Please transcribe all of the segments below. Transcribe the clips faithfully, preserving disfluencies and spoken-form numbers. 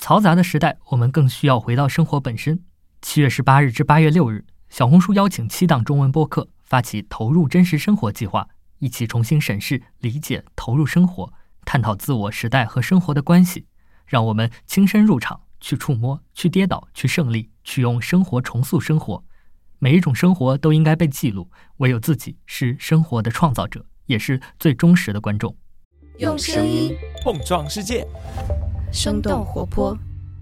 嘈杂的时代，我们更需要回到生活本身。七月十八日至八月六日，小红书邀请七档中文播客发起投入真实生活计划，一起重新审视、理解、投入生活，探讨自我、时代和生活的关系。让我们亲身入场，去触摸，去跌倒，去胜利，去用生活重塑生活。每一种生活都应该被记录，唯有自己是生活的创造者，也是最忠实的观众。 用声音碰撞世界， 生动活泼。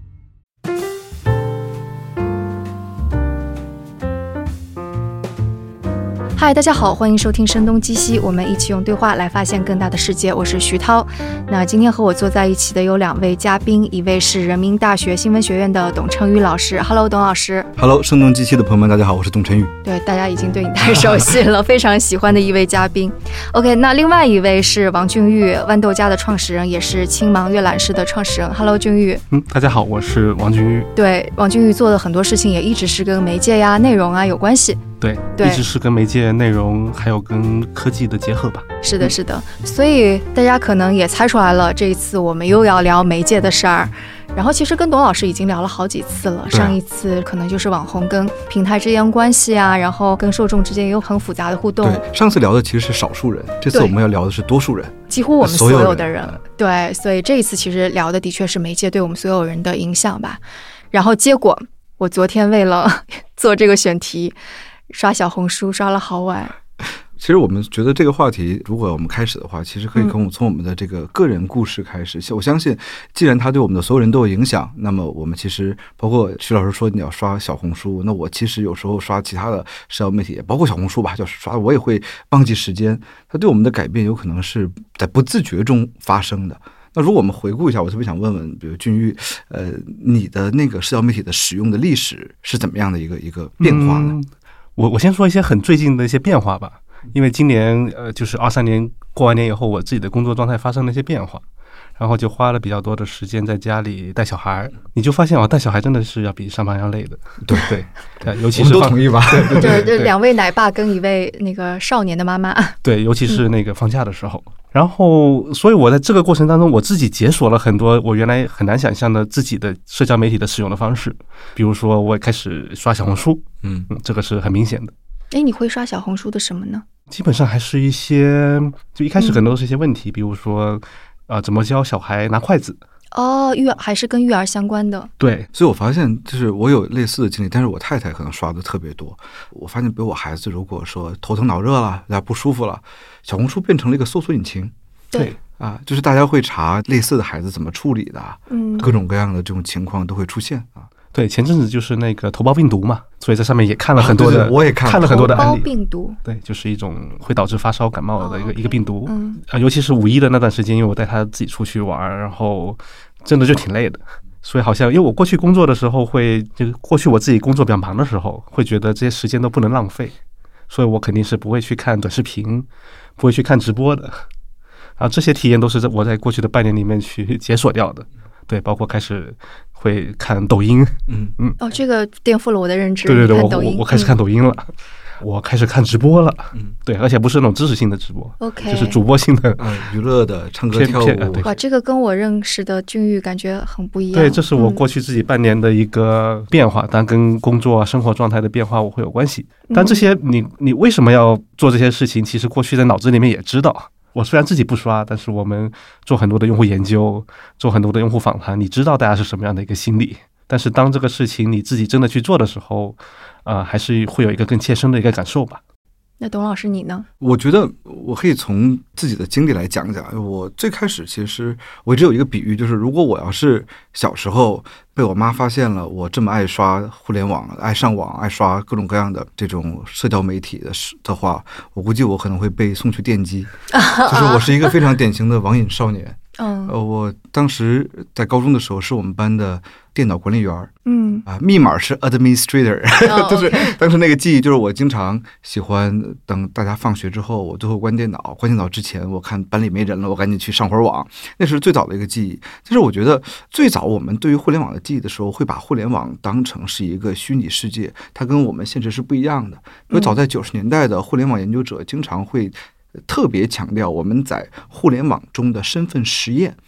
嗨，大家好，欢迎收听声东击西，我们一起用对话来发现更大的世界。我是徐涛。那今天和我坐在一起的有两位嘉宾，一位是人民大学新闻学院的董成宇老师。Hello， 董老师。 Hello， 声东击西的朋友们，大家好，我是董成宇。 对，大家已经对你太熟悉了，非常喜欢的一位嘉宾。OK， 那另外一位是王俊玉，豌豆荚的创始人，也是青芒阅览室的创始人。Hello， 俊玉。 嗯，大家好，我是王俊玉。 对，王俊玉做的很多事情也一直是跟媒介呀、内容啊有关系。 对， 对， 一直是跟媒介内容还有跟科技的结合吧。 是的，是的。所以大家可能也猜出来了，这一次我们又要聊媒介的事儿。然后其实跟董老师已经聊了好几次了，上一次可能就是网红跟平台之间关系啊，然后跟受众之间也有很复杂的互动。 对，上次聊的其实是少数人，这次我们要聊的是多数人， 几乎我们所有的人。 人对，所以这一次其实聊的的确是媒介对我们所有人的影响吧。然后结果我昨天为了做这个选题，刷小红书刷了好晚。 其实我们觉得这个话题，如果我们开始的话，其实可以从从我们的这个个人故事开始。嗯、我相信，既然它对我们的所有人都有影响，那么我们其实包括徐老师说你要刷小红书，那我其实有时候刷其他的社交媒体，包括小红书吧，就是刷我也会忘记时间。它对我们的改变有可能是在不自觉中发生的。那如果我们回顾一下，我特别想问问，比如俊玉，呃，你的那个社交媒体的使用的历史是怎么样的一个一个变化呢？ 嗯、我我先说一些很最近的一些变化吧。因为今年呃，就是二三年过完年以后，我自己的工作状态发生了一些变化，然后就花了比较多的时间在家里带小孩。你就发现啊，带小孩真的是要比上班要累的。 对对对，尤其是我们都同意吧？ 对对 对, 对, 对，两位奶爸跟一位那个少年的妈妈。 对，尤其是那个放假的时候。嗯、然后，所以我在这个过程当中，我自己解锁了很多我原来很难想象的自己的社交媒体的使用的方式。比如说，我也开始刷小红书，嗯嗯，这个是很明显的。 哎，你会刷小红书的什么呢？ 基本上还是一些，就一开始可能都是一些问题，嗯、比如说，呃，怎么教小孩拿筷子。 哦，育还是跟育儿相关的。 对， 所以我发现就是我有类似的经历，但是我太太可能刷的特别多。我发现，比如我孩子如果说头疼脑热了，有点不舒服了，小红书变成了一个搜索引擎。 对啊，就是大家会查类似的孩子怎么处理的，嗯，各种各样的这种情况都会出现啊。 对，前阵子就是那个头孢病毒嘛，所以在上面也看了很多的， 啊、对对我也看了看了很多的案例。 头孢病毒， 对，就是一种会导致发烧感冒的一个、oh, okay. 一个病毒。 嗯啊，尤其是五一的那段时间，因为我带他自己出去玩，然后真的就挺累的。所以好像因为我过去工作的时候会，就是过去我自己工作比较忙的时候，会觉得这些时间都不能浪费，所以我肯定是不会去看短视频，不会去看直播的。然后这些体验都是我在过去的半年里面去解锁掉的。对，包括开始会看抖音，嗯嗯， 哦，这个颠覆了我的认知。 对对对，我我我开始看抖音了，嗯、我开始看直播了，嗯，对，而且不是那种知识性的直播 ，OK， 就是主播性的， 嗯，娱乐的，唱歌跳舞。 哇，这个跟我认识的俊玉感觉很不一样。 对，这是我过去自己半年的一个变化，当然跟工作、生活状态的变化我会有关系。但这些你你为什么要做这些事情？其实过去在脑子里面也知道。我虽然自己不刷，但是我们做很多的用户研究，做很多的用户访谈，你知道大家是什么样的一个心理。但是当这个事情你自己真的去做的时候，呃，还是会有一个更切身的一个感受吧。 那董老师你呢？ 我觉得我可以从自己的经历来讲讲。我最开始其实我一直有一个比喻，就是如果我要是小时候被我妈发现了我这么爱刷互联网、爱上网、爱刷各种各样的这种社交媒体的的话，我估计我可能会被送去电击。就是我是一个非常典型的网瘾少年。嗯，呃，我当时在高中的时候是我们班的电脑管理员，嗯啊，密码是 administrator，、oh, 就是当时那个记忆就是我经常喜欢等大家放学之后，我最后关电脑，关电脑之前我看班里没人了，我赶紧去上会儿网，那是最早的一个记忆。但是我觉得最早我们对于互联网的记忆的时候，会把互联网当成是一个虚拟世界，它跟我们现实是不一样的。因为早在九十年代的互联网研究者经常会特别强调我们在互联网中的身份实验。比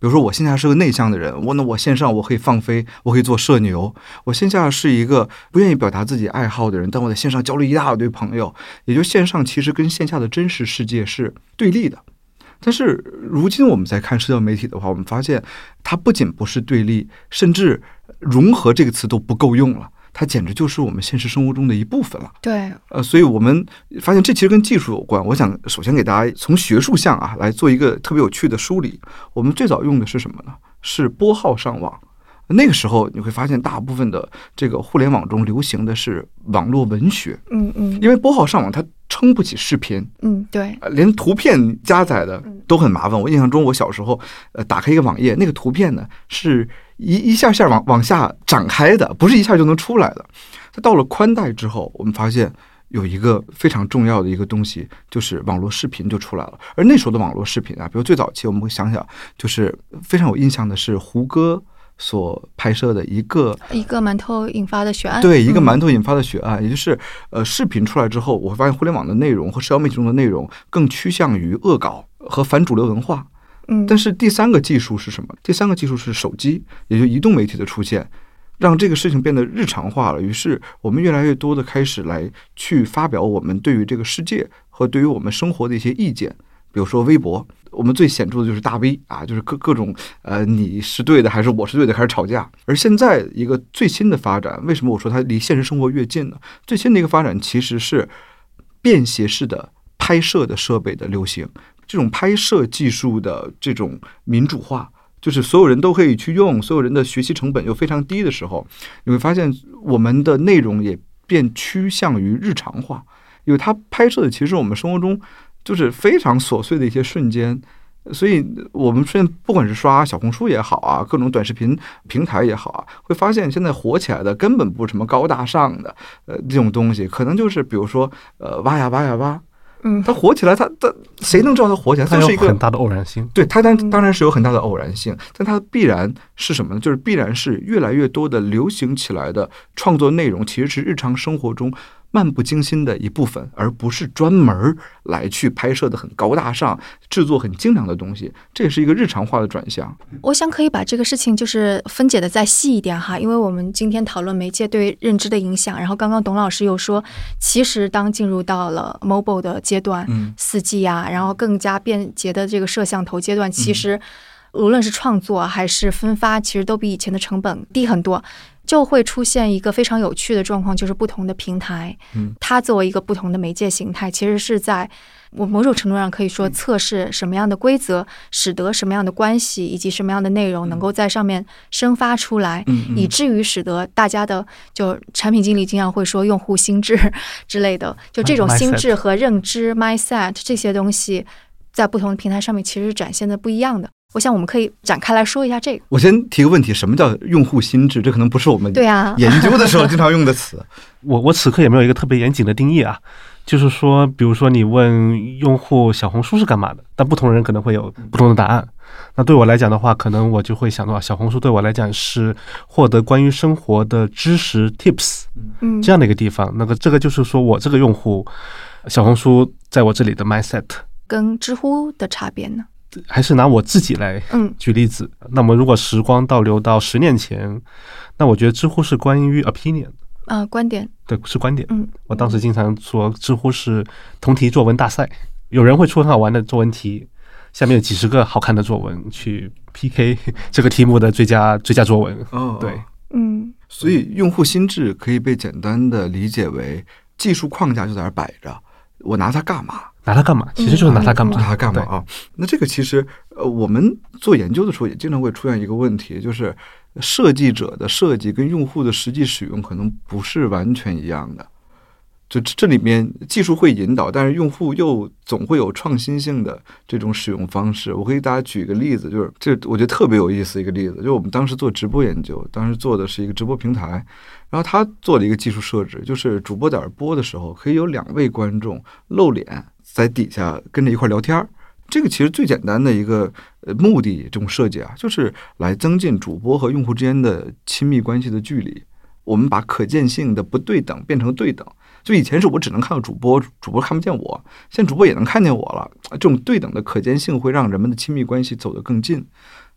如说我线下是个内向的人，我那我线上我可以放飞，我可以做社牛。我线下是一个不愿意表达自己爱好的人，但我在线上交了一大堆朋友。也就线上其实跟线下的真实世界是对立的。但是如今我们在看社交媒体的话，我们发现它不仅不是对立，甚至融合这个词都不够用了，它简直就是我们现实生活中的一部分了。 对， 呃，所以我们发现这其实跟技术有关。我想首先给大家从学术项啊来做一个特别有趣的梳理。我们最早用的是什么呢？是拨号上网。那个时候你会发现，大部分的这个互联网中流行的是网络文学。 嗯嗯， 因为拨号上网它撑不起视频。 嗯，对， 连图片加载的都很麻烦。我印象中，我小时候呃打开一个网页，那个图片呢是一一下下往往下展开的，不是一下就能出来的。它到了宽带之后，我们发现有一个非常重要的一个东西，就是网络视频就出来了。而那时候的网络视频啊，比如最早期我们会想想，就是非常有印象的是胡歌所拍摄的一个一个馒头引发的血案， 对，一个馒头引发的血案，嗯、也就是呃，视频出来之后，我会发现互联网的内容和社交媒体中的内容更趋向于恶搞和反主流文化。 嗯， 但是第三个技术是什么？第三个技术是手机，也就移动媒体的出现，让这个事情变得日常化了。于是我们越来越多的开始来去发表我们对于这个世界和对于我们生活的一些意见，比如说微博。我们最显著的就是大 V 啊，就是各各种呃，你是对的还是我是对的，开始吵架。而现在一个最新的发展，为什么我说它离现实生活越近呢？最新的一个发展其实是便携式的拍摄的设备的流行，这种拍摄技术的这种民主化，就是所有人都可以去用，所有人的学习成本又非常低的时候，你会发现我们的内容也变趋向于日常化，因为它拍摄的其实我们生活中就是非常琐碎的一些瞬间。所以我们现在不管是刷小红书也好啊，各种短视频平台也好啊，会发现现在火起来的根本不是什么高大上的呃这种东西，可能就是比如说呃挖呀挖呀挖， 嗯， 它火起来，它它谁能知道它火起来？它是一个很大的偶然性。 对，它当当然是有很大的偶然性，但它必然是什么呢？就是必然是越来越多的流行起来的创作内容，其实是日常生活中漫不经心的一部分，而不是专门来去拍摄的很高大上、制作很精良的东西。这也是一个日常化的转向。 我想可以把这个事情就是分解的再细一点哈，因为我们今天讨论媒介对认知的影响，然后刚刚董老师又说，其实当进入到了 mobile 的阶段， 嗯， 四 G 啊，然后更加便捷的这个摄像头阶段，其实无论是创作还是分发，其实都比以前的成本低很多。就会出现一个非常有趣的状况，就是不同的平台， 嗯， 它作为一个不同的媒介形态，其实是在我某种程度上可以说测试什么样的规则，使得什么样的关系以及什么样的内容能够在上面生发出来， 嗯嗯、 以至于使得大家的就产品经理经常会说用户心智之类的，就这种心智和认知 mindset 这些东西，在不同的平台上面其实是展现的不一样的。我想我们可以展开来说一下这个。 我先提个问题，什么叫用户心智？这可能不是我们对啊研究的时候经常用的词。 我我此刻也没有一个特别严谨的定义啊，就是说，比如说你问用户小红书是干嘛的，但不同人可能会有不同的答案。那对我来讲的话，可能我就会想到，小红书对我来讲是获得关于生活的知识 tips 这样的一个地方。那个这个就是说我这个用户，小红书在我这里的 mindset 跟知乎的差别呢？ 还是拿我自己来举例子，嗯、那么如果时光倒流到十年前，那我觉得知乎是关于 opinion 啊、呃，观点， 对，是观点。 嗯， 我当时经常说知乎是同题作文大赛，有人会出很好玩的作文题，下面有几十个好看的作文去 P K 这个题目的最佳最佳作文。 哦， 对， 嗯， 所以用户心智可以被简单的理解为技术框架就在那儿摆着，我拿它干嘛？ 拿它干嘛？其实就是拿它干嘛？ 拿它干嘛啊？那这个其实，呃，我们做研究的时候也经常会出现一个问题，就是设计者的设计跟用户的实际使用可能不是完全一样的。就这里面技术会引导，但是用户又总会有创新性的这种使用方式。我可以给大家举一个例子，就是这我觉得特别有意思一个例子，就是我们当时做直播研究，当时做的是一个直播平台，然后他做了一个技术设置，就是主播在这播的时候，可以有两位观众露脸在底下跟着一块聊天。这个其实最简单的一个目的，这种设计啊，就是来增进主播和用户之间的亲密关系的距离。我们把可见性的不对等变成对等。就以前是我只能看到主播，主播看不见我，现在主播也能看见我了。这种对等的可见性会让人们的亲密关系走得更近。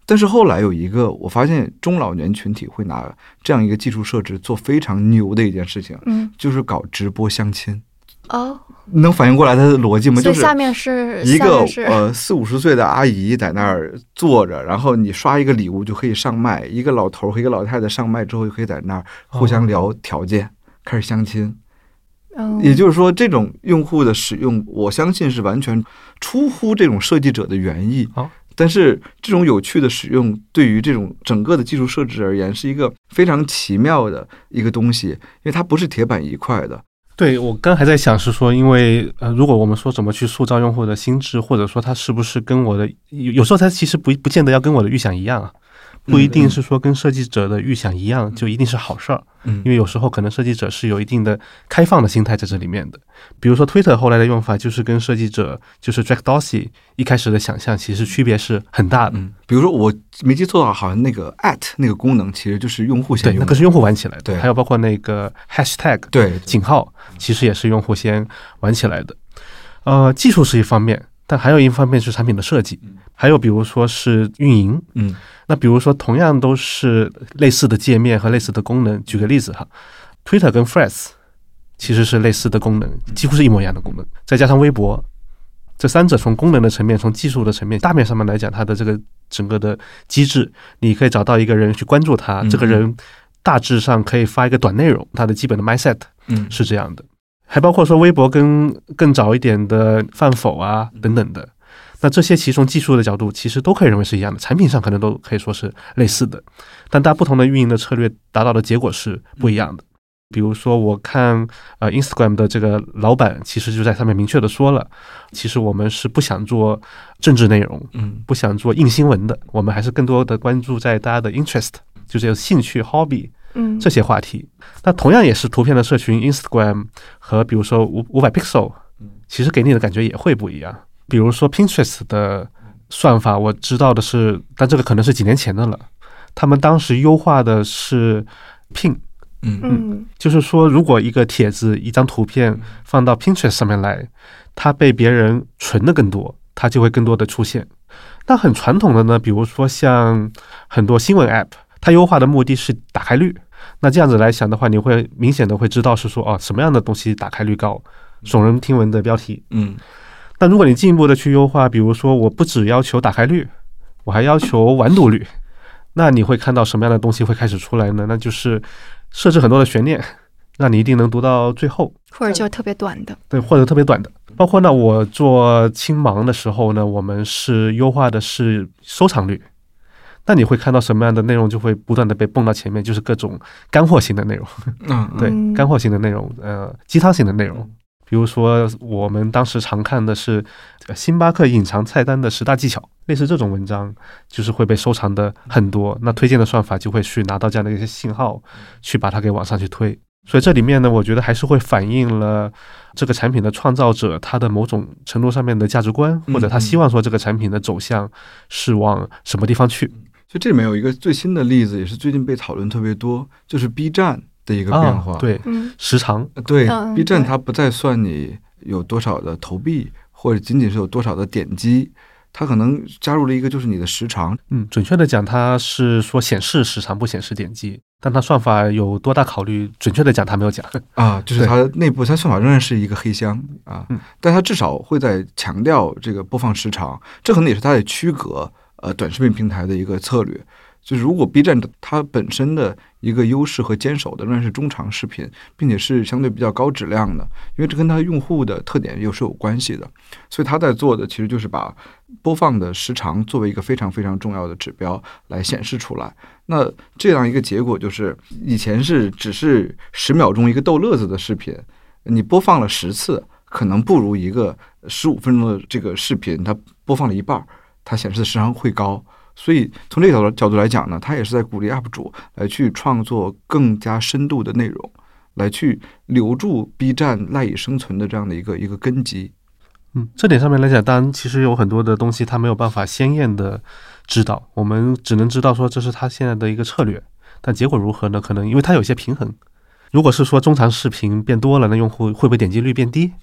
但是后来有一个，我发现中老年群体会拿这样一个技术设置做非常牛的一件事情， 嗯， 就是搞直播相亲。 哦， 能反应过来它的逻辑吗？就是所以下面是一个下面是呃四五十岁的阿姨在那儿坐着，然后你刷一个礼物就可以上麦，一个老头和一个老太太上麦之后就可以在那儿互相聊条件，哦、开始相亲。 哦、 也就是说，这种用户的使用，我相信是完全出乎这种设计者的原意。 哦但是这种有趣的使用，对于这种整个的技术设置而言，是一个非常奇妙的一个东西，因为它不是铁板一块的。 对，我刚还在想是说，因为呃，如果我们说怎么去塑造用户的心智，或者说它是不是跟我的有有时候它其实不不见得要跟我的预想一样啊，不一定是说跟设计者的预想一样就一定是好事儿。 嗯， 因为有时候可能设计者是有一定的开放的心态在这里面的。比如说 Twitter 后来的用法就是跟设计者就是 Jack Dorsey 一开始的想象其实区别是很大的。 嗯，比如说我没记错的话，好像那个 at 那个功能其实就是用户先用的， 对，那个是用户玩起来的。 对， 还有包括那个 hashtag 对井号，其实也是用户先玩起来的。呃，技术是一方面，但还有一方面是产品的设计，还有比如说是运营。 嗯， 那比如说同样都是类似的界面和类似的功能，举个例子哈 ，Twitter 跟 Threads 其实是类似的功能，几乎是一模一样的功能，再加上微博，这三者从功能的层面，从技术的层面，大面上面来讲，它的这个整个的机制，你可以找到一个人去关注他， 嗯、 这个人大致上可以发一个短内容，他的基本的 mindset 是这样的。嗯、还包括说微博跟更早一点的饭否啊等等的。那这些其实从技术的角度其实都可以认为是一样的，产品上可能都可以说是类似的，但大家不同的运营的策略达到的结果是不一样的。比如说我看呃 Instagram 的这个老板其实就在上面明确的说了，其实我们是不想做政治内容， 嗯， 不想做硬新闻的，我们还是更多的关注在大家的 interest， 就是有兴趣 hobby 嗯这些话题。那同样也是图片的社群 Instagram 和比如说五百 pixel 其实给你的感觉也会不一样。比如说 Pinterest 的算法我知道的是，但这个可能是几年前的了，他们当时优化的是 pin， 嗯嗯， 就是说如果一个帖子一张图片放到 Pinterest 上面来，它被别人存的更多，它就会更多的出现。那很传统的呢，比如说像很多新闻 app， 它优化的目的是打开率，那这样子来想的话，你会明显的会知道是说哦什么样的东西打开率高，耸人听闻的标题。 嗯， 那如果你进一步的去优化，比如说我不只要求打开率，我还要求完读率，那你会看到什么样的东西会开始出来呢？那就是设置很多的悬念，让你一定能读到最后， 或者就特别短的， 对，或者特别短的。包括呢，我做青盲的时候呢，我们是优化的是收藏率，那你会看到什么样的内容就会不断的被蹦到前面，就是各种干货型的内容， 嗯， 对，干货型的内容，呃，鸡汤型的内容。比如说我们当时常看的是星巴克隐藏菜单的十大技巧，类似这种文章就是会被收藏的很多，那推荐的算法就会去拿到这样的一些信号，去把它给往上去推。所以这里面呢，我觉得还是会反映了这个产品的创造者他的某种程度上面的价值观，或者他希望说这个产品的走向是往什么地方去。 就这里面有一个最新的例子，也是最近被讨论特别多，就是 B 站的一个变化。 啊、对、 嗯， 时长， 对、 嗯、 B 站它不再算你有多少的投币，或者仅仅是有多少的点击，它可能加入了一个就是你的时长。 嗯，准确的讲，它是说显示时长不显示点击，但它算法有多大考虑，准确的讲它没有讲啊，就是它内部它算法仍然是一个黑箱啊， 嗯、 但它至少会在强调这个播放时长，这可能也是它的区隔呃短视频平台的一个策略。就是如果 B 站它本身的一个优势和坚守的仍然是中长视频，并且是相对比较高质量的，因为这跟它用户的特点又是有关系的，所以它在做的其实就是把播放的时长作为一个非常非常重要的指标来显示出来。那这样一个结果就是，以前是只是十秒钟一个逗乐子的视频，你播放了十次，可能不如一个十五分钟的这个视频，它播放了一半，它显示的时长会高。所以从这个角度角度来讲呢，它也是在鼓励 U P 主来去创作更加深度的内容，来去留住 B 站赖以生存的这样的一个一个根基。 嗯，这点上面来讲，当然其实有很多的东西它没有办法鲜艳的知道，我们只能知道说这是它现在的一个策略，但结果如何呢？可能因为它有些平衡。如果是说中长视频变多了，那用户会不会点击率变低？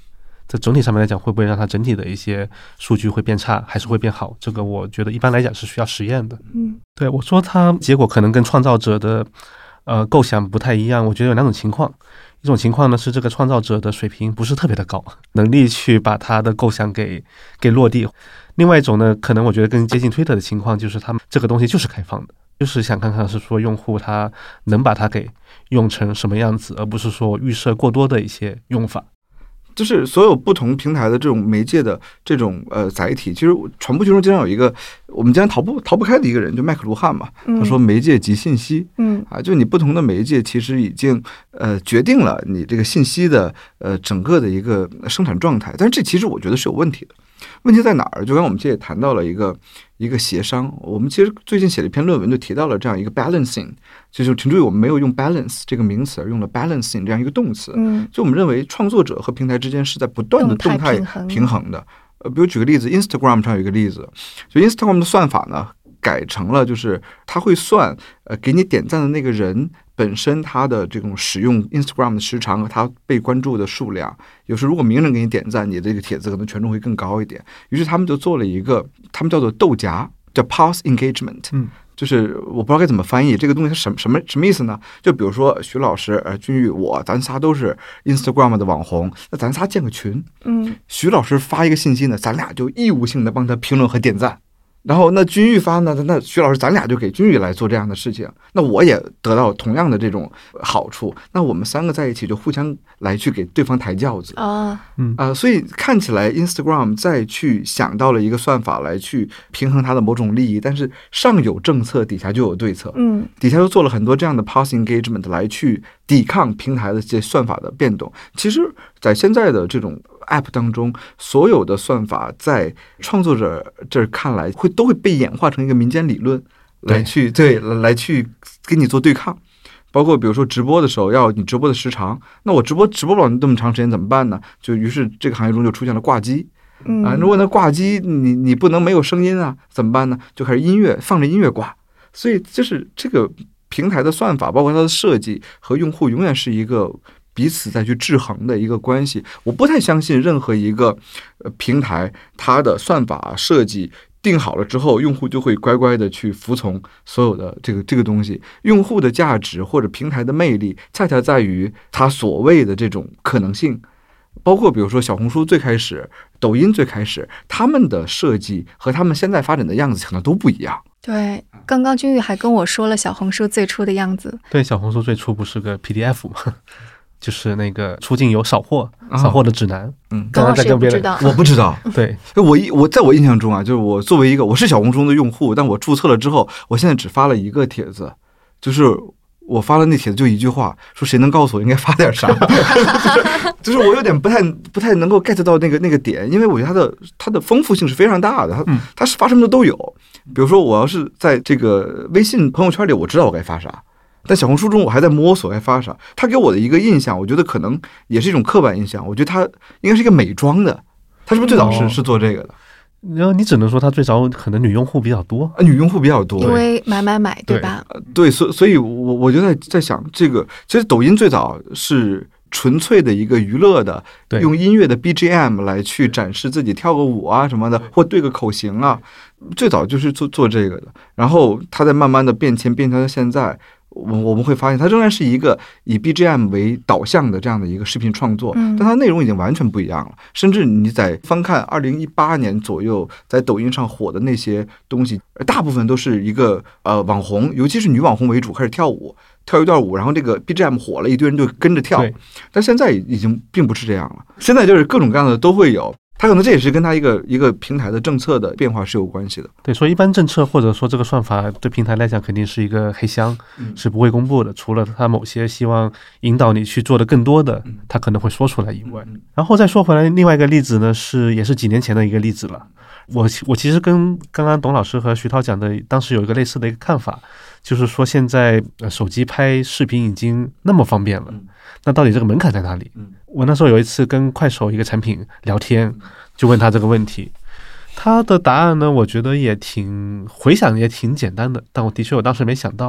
在整体上面来讲，会不会让它整体的一些数据会变差，还是会变好？这个我觉得一般来讲是需要实验的。 嗯， 对，我说它结果可能跟创造者的呃构想不太一样，我觉得有两种情况。一种情况呢是这个创造者的水平不是特别的高，能力去把他的构想给给落地。另外一种呢，可能我觉得更接近推特的情况，就是他们这个东西就是开放的，就是想看看是说用户他能把它给用成什么样子，而不是说预设过多的一些用法。 就是所有不同平台的这种媒介的这种呃载体，其实传播学中经常有一个我们经常逃不逃不开的一个人，就麦克卢汉嘛，他说媒介即信息， 嗯啊，就你不同的媒介其实已经呃决定了你这个信息的呃整个的一个生产状态，但是这其实我觉得是有问题的。问题在哪儿？就刚刚我们这也谈到了一个一个协商。我们其实最近写了一篇论文，就提到了这样一个 balancing， 就是请注意我们没有用 balance 这个名词，而用了 balancing 这样一个动词。 嗯， 就我们认为创作者和平台之间是在不断的动态平衡的。呃，比如举个例子 ，Instagram 上有一个例子，就 Instagram 的算法呢改成了就是它会算呃给你点赞的那个人本身他的这种使用 Instagram 的时长和他被关注的数量，有时候如果名人给你点赞，你的这个帖子可能权重会更高一点。于是他们就做了一个，他们叫做豆荚，叫 pulse engagement， 嗯， 就是我不知道该怎么翻译这个东西是什么什么什么意思呢？就比如说徐老师、呃君玉，我咱仨都是 Instagram 的网红，那咱仨建个群， 嗯， 徐老师发一个信息呢，咱俩就义务性的帮他评论和点赞。然后那君玉发呢，那徐老师咱俩就给君玉来做这样的事情，那我也得到同样的这种好处，那我们三个在一起就互相来去给对方抬轿子啊， 嗯啊、呃，所以看起来 Instagram 再去想到了一个算法来去平衡它的某种利益，但是上有政策，底下就有对策， 嗯， 底下又做了很多这样的 pulse engagement 来去抵抗平台的这些算法的变动。其实，在现在的这种 App 当中，所有的算法在创作者这儿看来会都会被演化成一个民间理论来去对来去跟你做对抗。包括比如说直播的时候要你直播的时长，那我直播直播不了那么长时间怎么办呢？就于是这个行业中就出现了挂机。 嗯啊，如果那挂机你你不能没有声音啊，怎么办呢？就开始音乐放着音乐挂。所以就是这个平台的算法，包括它的设计和用户永远是一个彼此再去制衡的一个关系。我不太相信任何一个呃平台，它的算法设计定好了之后，用户就会乖乖的去服从所有的这个这个东西。用户的价值或者平台的魅力，恰恰在于它所谓的这种可能性。包括比如说小红书最开始，抖音最开始，他们的设计和他们现在发展的样子可能都不一样。 对，刚刚君玉还跟我说了小红书最初的样子。 对，小红书最初不是个 P D F 吗？就是那个出境游扫货、扫货的指南。 嗯， 高老师也不知道， 我不知道。 对， 我一我在我印象中啊，就是我作为一个我是小红书的用户，但我注册了之后，我现在只发了一个帖子，就是我发了那帖子就一句话，说谁能告诉我应该发点啥？就是我有点不太不太能够 get 到那个那个点，因为我觉得它的它的丰富性是非常大的，它它是发什么的都有。比如说我要是在这个微信朋友圈里，我知道我该发啥。但小红书中我还在摸索该发啥，他给我的一个印象，我觉得可能也是一种刻板印象。我觉得他应该是一个美妆的，他是不是最早是、哦、是做这个的？ 然后你只能说他最早可能女用户比较多， 啊，女用户比较多， 因为买买买，对吧？ 对，对所所以我我就在在想，这个其实抖音最早是纯粹的一个娱乐的，用音乐的 B G M 来去展示自己跳个舞啊什么的，或对个口型啊，最早就是做做这个的。然后它在慢慢的变迁，变迁到现在。我我们会发现，它仍然是一个以 B G M 为导向的这样的一个视频创作，但它内容已经完全不一样了。甚至你在翻看二零一八年左右在抖音上火的那些东西，大部分都是一个呃网红，尤其是女网红为主，开始跳舞，跳一段舞，然后这个 B G M 火了，一堆人就跟着跳。但现在已经并不是这样了，现在就是各种各样的都会有。它可能这也是跟它一个一个平台的政策的变化是有关系的。 对，所以一般政策或者说这个算法对平台来讲肯定是一个黑箱，嗯、是不会公布的。除了它某些希望引导你去做的更多的，它可能会说出来以外。嗯、然后再说回来，另外一个例子呢，是也是几年前的一个例子了。我我其实跟刚刚董老师和徐涛讲的，当时有一个类似的一个看法，就是说现在手机拍视频已经那么方便了，那到底这个门槛在哪里？我那时候有一次跟快手一个产品聊天，就问他这个问题，他的答案呢，我觉得也挺回想也挺简单的，但我的确我当时没想到，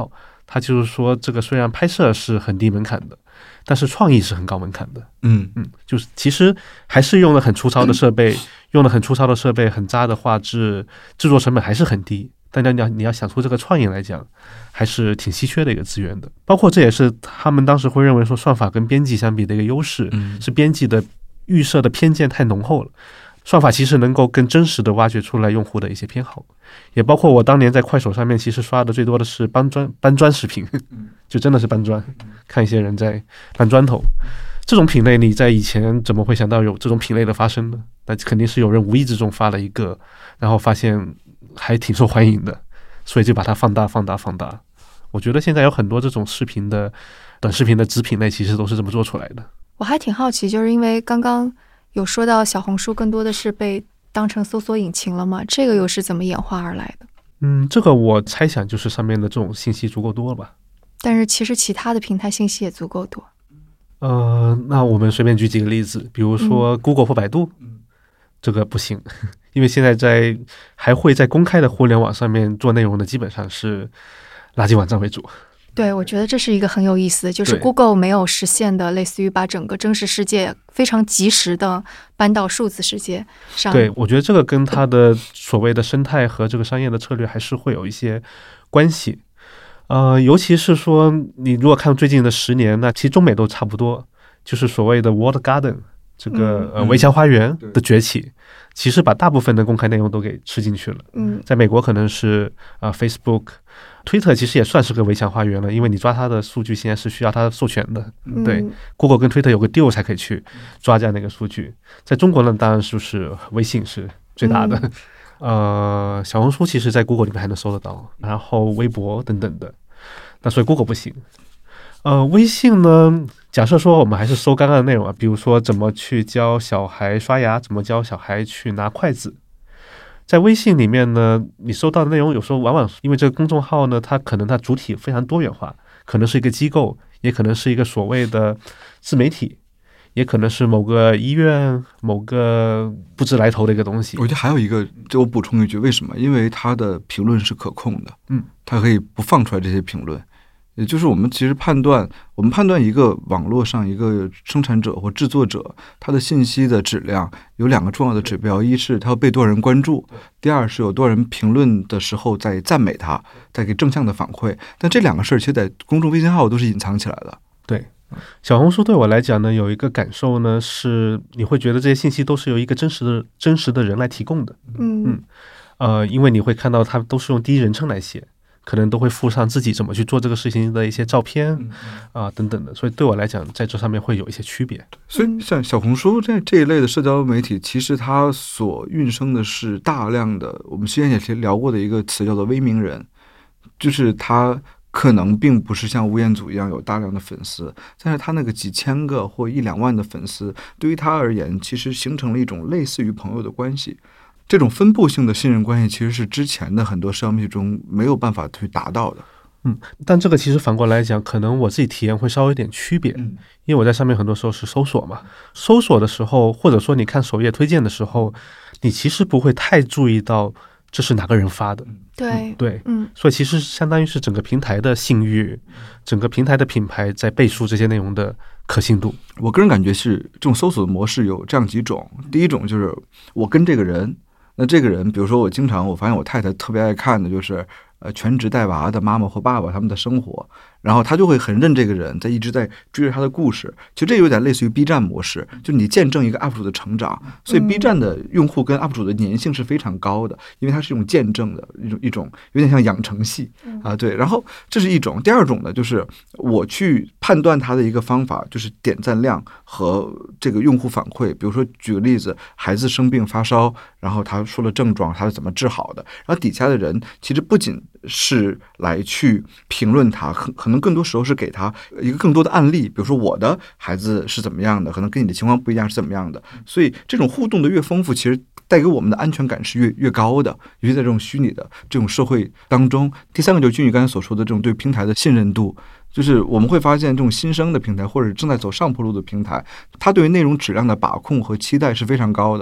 他就是说这个虽然拍摄是很低门槛的，但是创意是很高门槛的。 嗯嗯，就是其实还是用了很粗糙的设备，用了很粗糙的设备，很渣的画质，制作成本还是很低。但你要你要想出这个创意来讲，还是挺稀缺的一个资源的。包括这也是他们当时会认为说，算法跟编辑相比的一个优势， 嗯是编辑的预设的偏见太浓厚了。算法其实能够更真实的挖掘出来用户的一些偏好，也包括我当年在快手上面其实刷的最多的是搬砖搬砖视频，就真的是搬砖，看一些人在搬砖头。这种品类你在以前怎么会想到有这种品类的发生呢？那肯定是有人无意之中发了一个，然后发现还挺受欢迎的，所以就把它放大放大放大。我觉得现在有很多这种视频的短视频的子品类其实都是这么做出来的。 我还挺好奇，就是因为刚刚有说到小红书更多的是被当成搜索引擎了吗？这个又是怎么演化而来的？ 嗯，这个我猜想就是上面的这种信息足够多了吧。 但是其实其他的平台信息也足够多。 呃，那我们随便举几个例子，比如说 Google 或百度，嗯，这个不行，因为现在在还会在公开的互联网上面做内容的，基本上是垃圾网站为主。 对，我觉得这是一个很有意思的，就是 Google 没有实现的类似于把整个真实世界非常及时的搬到数字世界上。 对，我觉得这个跟它的所谓的生态和这个商业的策略还是会有一些关系。呃，尤其是说你如果看最近的十年，那其实中美都差不多，就是所谓的 Walled Garden 这个、嗯、呃围墙花园的崛起，其实把大部分的公开内容都给吃进去了。 嗯， 在美国可能是啊、呃、Facebook。Twitter 其实也算是个围墙花园了，因为你抓它的数据现在是需要它授权的。 嗯、 对 ，Google 跟 Twitter 有个 deal 才可以去抓这样的一个数据。在中国呢，当然就是微信是最大的。嗯、呃，小红书其实在 Google 里面还能搜得到，然后微博等等的。那所以 Google 不行。呃，微信呢，假设说我们还是搜刚刚的内容啊，比如说怎么去教小孩刷牙，怎么教小孩去拿筷子。在微信里面呢，你收到的内容有时候往往因为这个公众号呢，它可能它主体非常多元化，可能是一个机构，也可能是一个所谓的自媒体，也可能是某个医院、某个不知来头的一个东西。 我觉得还有一个，就我补充一句，为什么？因为它的评论是可控的， 嗯， 它可以不放出来这些评论。也就是我们其实判断，我们判断一个网络上一个生产者或制作者，他的信息的质量有两个重要的指标：一是他要被多少人关注，第二是有多少人评论的时候在赞美他，在给正向的反馈。但这两个事儿，其实在公众微信号都是隐藏起来的。 对，小红书对我来讲呢，有一个感受呢，是你会觉得这些信息都是由一个真实的真实的人来提供的。 嗯嗯，呃，因为你会看到他都是用第一人称来写。可能都会附上自己怎么去做这个事情的一些照片啊、呃、等等的，所以对我来讲，在这上面会有一些区别。 所以像小红书这这一类的社交媒体，其实它所孕生的是大量的，我们之前也聊过的一个词叫做微名人，就是他可能并不是像吴彦祖一样有大量的粉丝，但是他那个几千个或一两万的粉丝，对于他而言，其实形成了一种类似于朋友的关系。这种分布性的信任关系其实是之前的很多社交媒体中没有办法去达到的。 嗯，但这个其实反过来讲，可能我自己体验会稍微有点区别， 嗯， 因为我在上面很多时候是搜索嘛，搜索的时候，或者说你看首页推荐的时候，你其实不会太注意到这是哪个人发的。 对、 嗯、对， 嗯， 所以其实相当于是整个平台的信誉，整个平台的品牌在背书这些内容的可信度。 我个人感觉是这种搜索的模式有这样几种，第一种就是我跟这个人。那这个人，比如说我经常我发现我太太特别爱看的就是呃全职带娃的妈妈或爸爸他们的生活，然后他就会很认这个人，在一直在追着他的故事。其实这有点类似于 B 站模式，就是你见证一个 U P 主的成长，所以 B 站的用户跟 U P 主的粘性是非常高的，因为它是一种见证的一种一种有点像养成系啊，对。然后这是一种，第二种呢，就是我去判断它的一个方法，就是点赞量和这个用户反馈。比如说举个例子，孩子生病发烧，然后他说了症状，他是怎么治好的，然后底下的人其实不仅是来去评论他，可能更多时候是给他一个更多的案例，比如说我的孩子是怎么样的，可能跟你的情况不一样是怎么样的，所以这种互动的越丰富，其实带给我们的安全感是越越高的，尤其在这种虚拟的这种社会当中。第三个就是君宇刚才所说的这种对平台的信任度，就是我们会发现这种新生的平台或者正在走上坡路的平台，它对于内容质量的把控和期待是非常高的。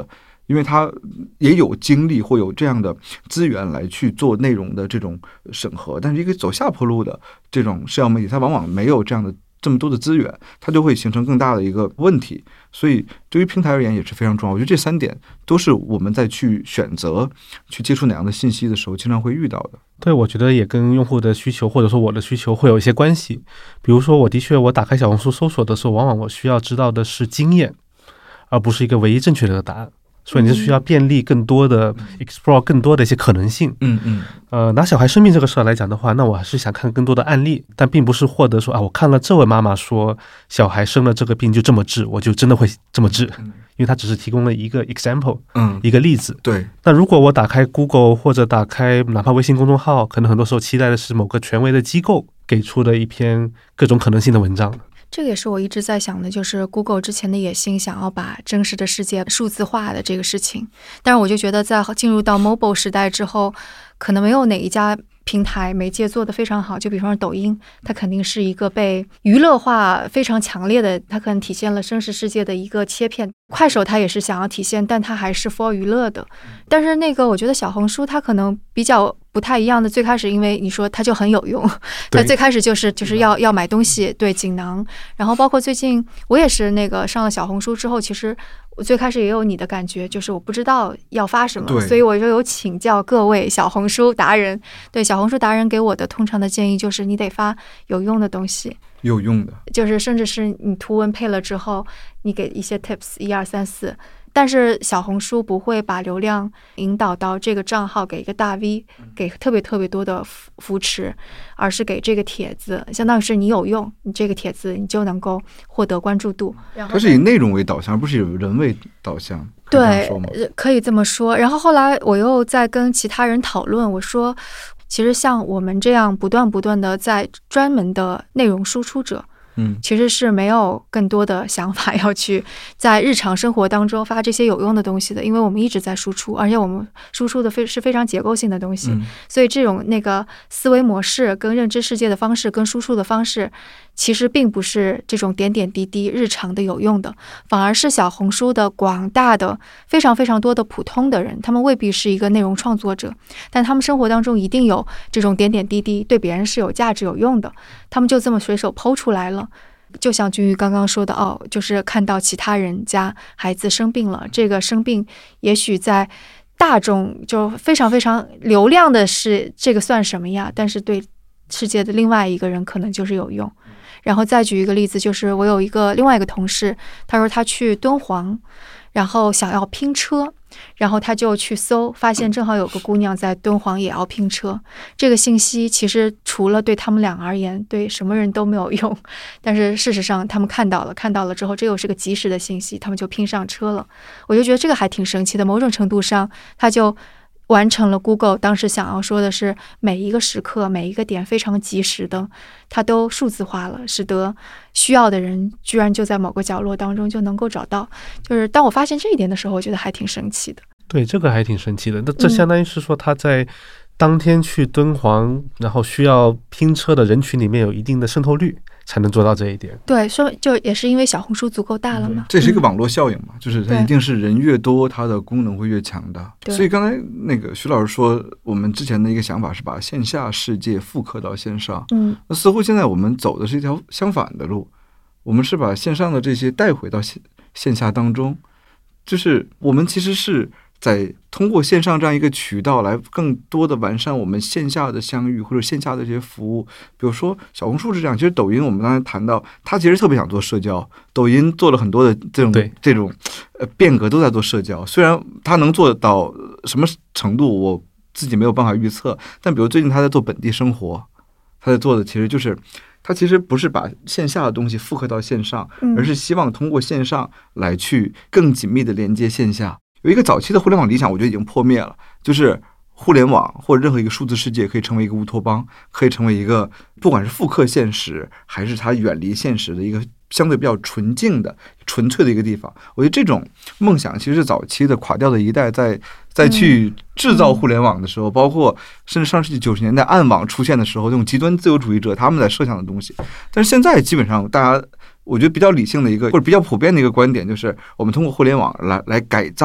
因为他也有精力或有这样的资源来去做内容的这种审核，但是一个走下坡路的这种社交媒体，它往往没有这样的这么多的资源，它就会形成更大的一个问题。所以对于平台而言也是非常重要。我觉得这三点都是我们在去选择去接触哪样的信息的时候经常会遇到的。 对，我觉得也跟用户的需求或者说我的需求会有一些关系。比如说我的确我打开小红书搜索的时候，往往我需要知道的是经验，而不是一个唯一正确的答案。所以你是需要便利更多的 explore 更多的一些可能性。 嗯嗯。 呃，拿小孩生病这个事儿来讲的话，那我还是想看更多的案例，但并不是获得说啊，我看了这位妈妈说小孩生了这个病就这么治，我就真的会这么治，因为它只是提供了一个 example， 嗯， 一个例子。 对。 那如果我打开 Google 或者打开哪怕微信公众号，可能很多时候期待的是某个权威的机构给出的一篇各种可能性的文章。 这个也是我一直在想的，就是 Google 之前的野心，想要把真实的世界数字化的这个事情。但是我就觉得在进入到 mobile 时代之后，可能没有哪一家平台媒介做得非常好。就比方说抖音，它肯定是一个被娱乐化非常强烈的，它可能体现了真实世界的一个切片。快手它也是想要体现，但它还是 for 娱乐的。但是那个我觉得小红书它可能比较不太一样的，最开始因为你说它就很有用，它最开始就是就是要要买东西，对，锦囊。然后包括最近我也是那个上了小红书之后，其实我最开始也有你的感觉，就是我不知道要发什么，所以我就有请教各位小红书达人。对，小红书达人给我的通常的建议就是你得发有用的东西， 有用的， 就是甚至是你图文配了之后，你给一些 tips 一二三四。但是小红书不会把流量引导到这个账号给一个大 V， 给特别特别多的扶持，而是给这个帖子，相当于是你有用，你这个帖子你就能够获得关注度。 它是以内容为导向，而不是以人为导向。 对，可以这么说。然后后来我又在跟其他人讨论，我说，其实像我们这样不断不断的在专门的内容输出者， 嗯， 其实是没有更多的想法要去在日常生活当中发这些有用的东西的，因为我们一直在输出，而且我们输出的非是非常结构性的东西， 嗯， 所以这种那个思维模式跟认知世界的方式跟输出的方式，其实并不是这种点点滴滴日常的有用的，反而是小红书的广大的非常非常多的普通的人，他们未必是一个内容创作者，但他们生活当中一定有这种点点滴滴对别人是有价值有用的，他们就这么随手抛出来了。就像君玉刚刚说的，哦，就是看到其他人家孩子生病了，这个生病也许在大众就非常非常流量的是这个算什么呀？但是对世界的另外一个人可能就是有用。然后再举一个例子，就是我有一个另外一个同事，他说他去敦煌，然后想要拼车，然后他就去搜，发现正好有个姑娘在敦煌也要拼车。这个信息其实除了对他们俩而言，对什么人都没有用，但是事实上他们看到了，看到了之后，这又是个及时的信息，他们就拼上车了。我就觉得这个还挺神奇的，某种程度上，他就完成了 Google 当时想要说的是每一个时刻每一个点非常及时的它都数字化了，使得需要的人居然就在某个角落当中就能够找到。就是当我发现这一点的时候，我觉得还挺神奇的。 对，这个还挺神奇的。那这相当于是说他在当天去敦煌，然后需要拼车的人群里面有一定的渗透率，才能做到这一点。 对，说就也是因为小红书足够大了嘛。 这是一个网络效应嘛，就是它一定是人越多，它的功能会越强大。所以刚才那个徐老师说，我们之前的一个想法是把线下世界复刻到线上。 嗯， 那似乎现在我们走的是一条相反的路，我们是把线上的这些带回到线线下当中，就是我们其实是在通过线上这样一个渠道来更多的完善我们线下的相遇或者线下的这些服务。比如说小红书是这样，其实抖音我们刚才谈到，它其实特别想做社交，抖音做了很多的这种这种呃变革，都在做社交。虽然它能做到什么程度，我自己没有办法预测，但比如最近它在做本地生活，它在做的其实就是它其实不是把线下的东西复刻到线上，而是希望通过线上来去更紧密的连接线下。有一个早期的互联网理想，我觉得已经破灭了，就是互联网或者任何一个数字世界可以成为一个乌托邦，可以成为一个不管是复刻现实还是它远离现实的一个相对比较纯净的纯粹的一个地方。我觉得这种梦想其实是早期的垮掉的一代在在去制造互联网的时候，包括甚至上世纪九十年代暗网出现的时候，这种极端自由主义者他们在设想的东西。但是现在基本上大家我觉得比较理性的一个或者比较普遍的一个观点，就是我们通过互联网来来改造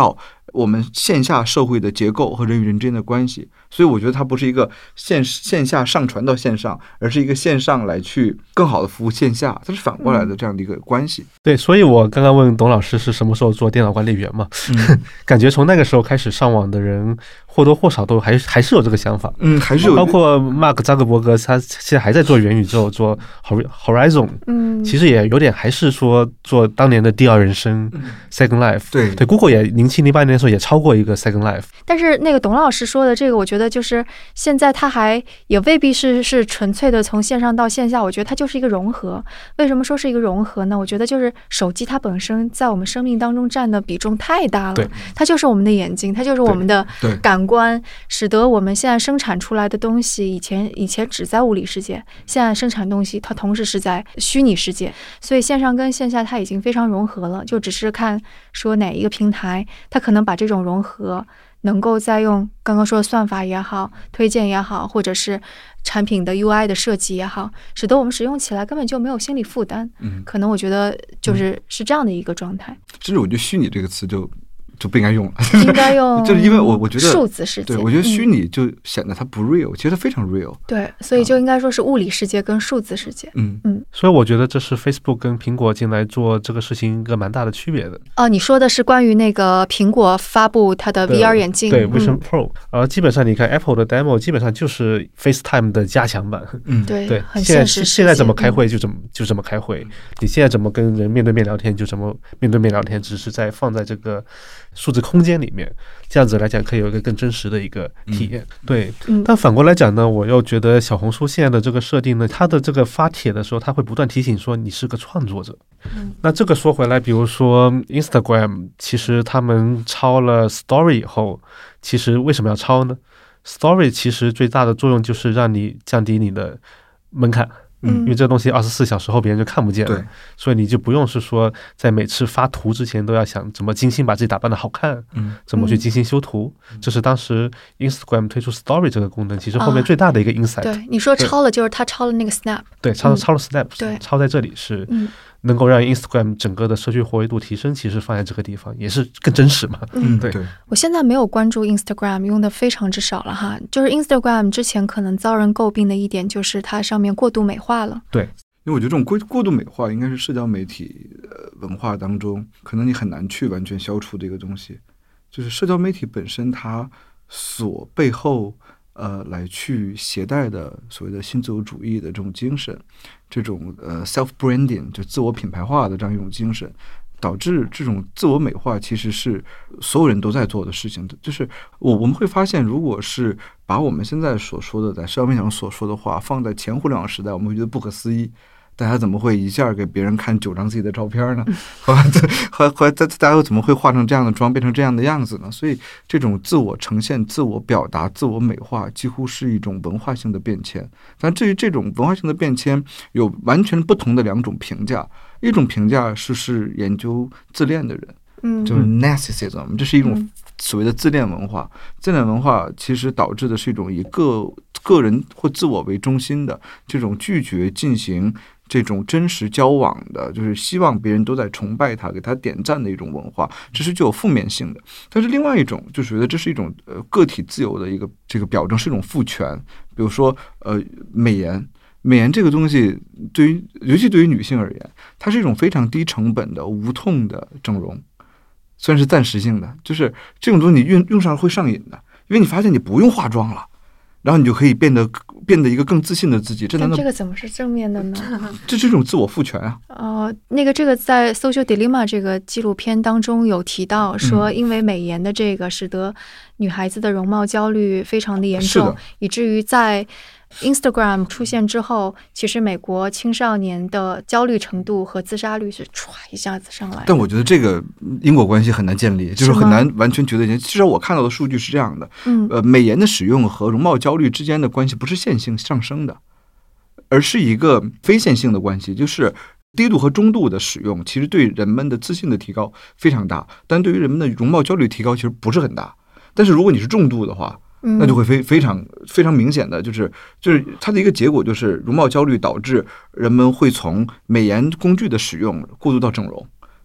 我们线下社会的结构和人与人之间的关系。所以我觉得它不是一个线线下上传到线上，而是一个线上来去更好的服务线下，它是反过来的这样的一个关系。 嗯、对，所以我刚刚问董老师是什么时候做电脑管理员嘛，嗯、感觉从那个时候开始上网的人或多或少都还还是有这个想法， 嗯，还是有， 包括 Mark 扎克伯格，他现在还在做元宇宙，做 Horizon， 嗯， 其实也有点还是说做当年的第二人生、嗯、Second Life， 对对 ，Google 也零七零八年的时候也超过一个 Second Life， 但是那个董老师说的这个，我觉得就是现在他还也未必是是纯粹的从线上到线下，我觉得它就是一个融合。为什么说是一个融合呢？我觉得就是手机它本身在我们生命当中占的比重太大了， 对， 它就是我们的眼睛，它就是我们的感官，使得我们现在生产出来的东西，以前以前只在物理世界，现在生产东西它同时是在虚拟世界，所以线上跟线下它已经非常融合了，就只是看说哪一个平台，它可能把这种融合能够再用刚刚说的算法也好，推荐也好，或者是产品的 U I 的设计也好，使得我们使用起来根本就没有心理负担。嗯，可能我觉得就是是这样的一个状态。 其实我觉得虚拟这个词就就不应该用了， 应该用， 就是因为我我觉得数字世界， 对，我觉得虚拟就显得它不 real，、嗯、其实它非常 real。 对，所以就应该说是物理世界跟数字世界。 嗯嗯， 所以我觉得这是 Facebook 跟苹果进来做这个事情一个蛮大的区别的。 哦，你说的是关于那个苹果发布它的 V R 眼镜， 对 Vision Pro，而、嗯、基本上你看 Apple 的 demo 基本上就是 FaceTime 的加强版。 嗯，对对， 很现在现实现在怎么开会就怎么、嗯、就怎么开会，你现在怎么跟人面对面聊天就怎么面对面聊天，只是在放在这个数字空间里面，这样子来讲可以有一个更真实的一个体验。嗯、对、嗯，但反过来讲呢，我又觉得小红书现在的这个设定呢，它的这个发帖的时候，它会不断提醒说你是个创作者。嗯，那这个说回来，比如说 Instagram， 其实他们抄了 Story 以后，其实为什么要抄呢？ Story 其实最大的作用就是让你降低你的门槛。嗯，因为这个东西二十四小时后别人就看不见了，所以你就不用是说在每次发图之前都要想怎么精心把自己打扮的好看，嗯，怎么去精心修图。嗯、这是当时 Instagram 推出 Story 这个功能，其实后面最大的一个 insight。 啊、对，你说抄了就是他抄了那个 Snap， 对，抄了抄了 Snap，、嗯、 对， 抄在这里是能够让 Instagram 整个的社区活跃度提升，其实放在这个地方也是更真实嘛。 嗯， 对。 我现在没有关注 Instagram， 用的非常之少了哈。就是 Instagram 之前可能遭人诟病的一点就是它上面过度美化了。 对。 因为我觉得这种过过度美化应该是社交媒体呃文化当中可能你很难去完全消除的一个东西，就是社交媒体本身它所背后呃来去携带的所谓的新自由主义的这种精神，这种呃 self branding 就自我品牌化的这样一种精神，导致这种自我美化其实是所有人都在做的事情。就是我我们会发现，如果是把我们现在所说的在社交媒体上所说的话放在前互联网时代，我们会觉得不可思议。大家怎么会一下给别人看九张自己的照片呢？后来后来后来大家又怎么会化成这样的妆，变成这样的样子呢？所以这种自我呈现、自我表达、自我美化，几乎是一种文化性的变迁。但至于这种文化性的变迁，有完全不同的两种评价。一种评价是是研究自恋的人，嗯，就是 narcissism， 这是一种所谓的自恋文化。自恋文化其实导致的是一种以个个人或自我为中心的这种拒绝进行这种真实交往的，就是希望别人都在崇拜他、给他点赞的一种文化，这是具有负面性的。但是另外一种就觉得这是一种呃个体自由的一个这个表征，是一种父权。比如说呃美颜。美颜这个东西，对于尤其对于女性而言，它是一种非常低成本的、无痛的整容，虽然是暂时性的，就是这种东西你用用上会上瘾的，因为你发现你不用化妆了，然后你就可以变得变得一个更自信的自己。这难道这个怎么是正面的呢？ 这是一种自我赋权啊。 哦、呃，那个这个在《Social Dilemma》这个纪录片当中有提到说，因为美颜的这个使得女孩子的容貌焦虑非常的严重，以至于在Instagram 出现之后，其实美国青少年的焦虑程度和自杀率是唰一下子上来。 但我觉得这个因果关系很难建立，就是很难完全觉得。至少我看到的数据是这样的，嗯，呃，美颜的使用和容貌焦虑之间的关系不是线性上升的，而是一个非线性的关系，就是低度和中度的使用其实对人们的自信的提高非常大，但对于人们的容貌焦虑提高其实不是很大。但是如果你是重度的话，那就会非非常非常明显的，就是就是它的一个结果就是容貌焦虑导致人们会从美颜工具的使用过渡到整容，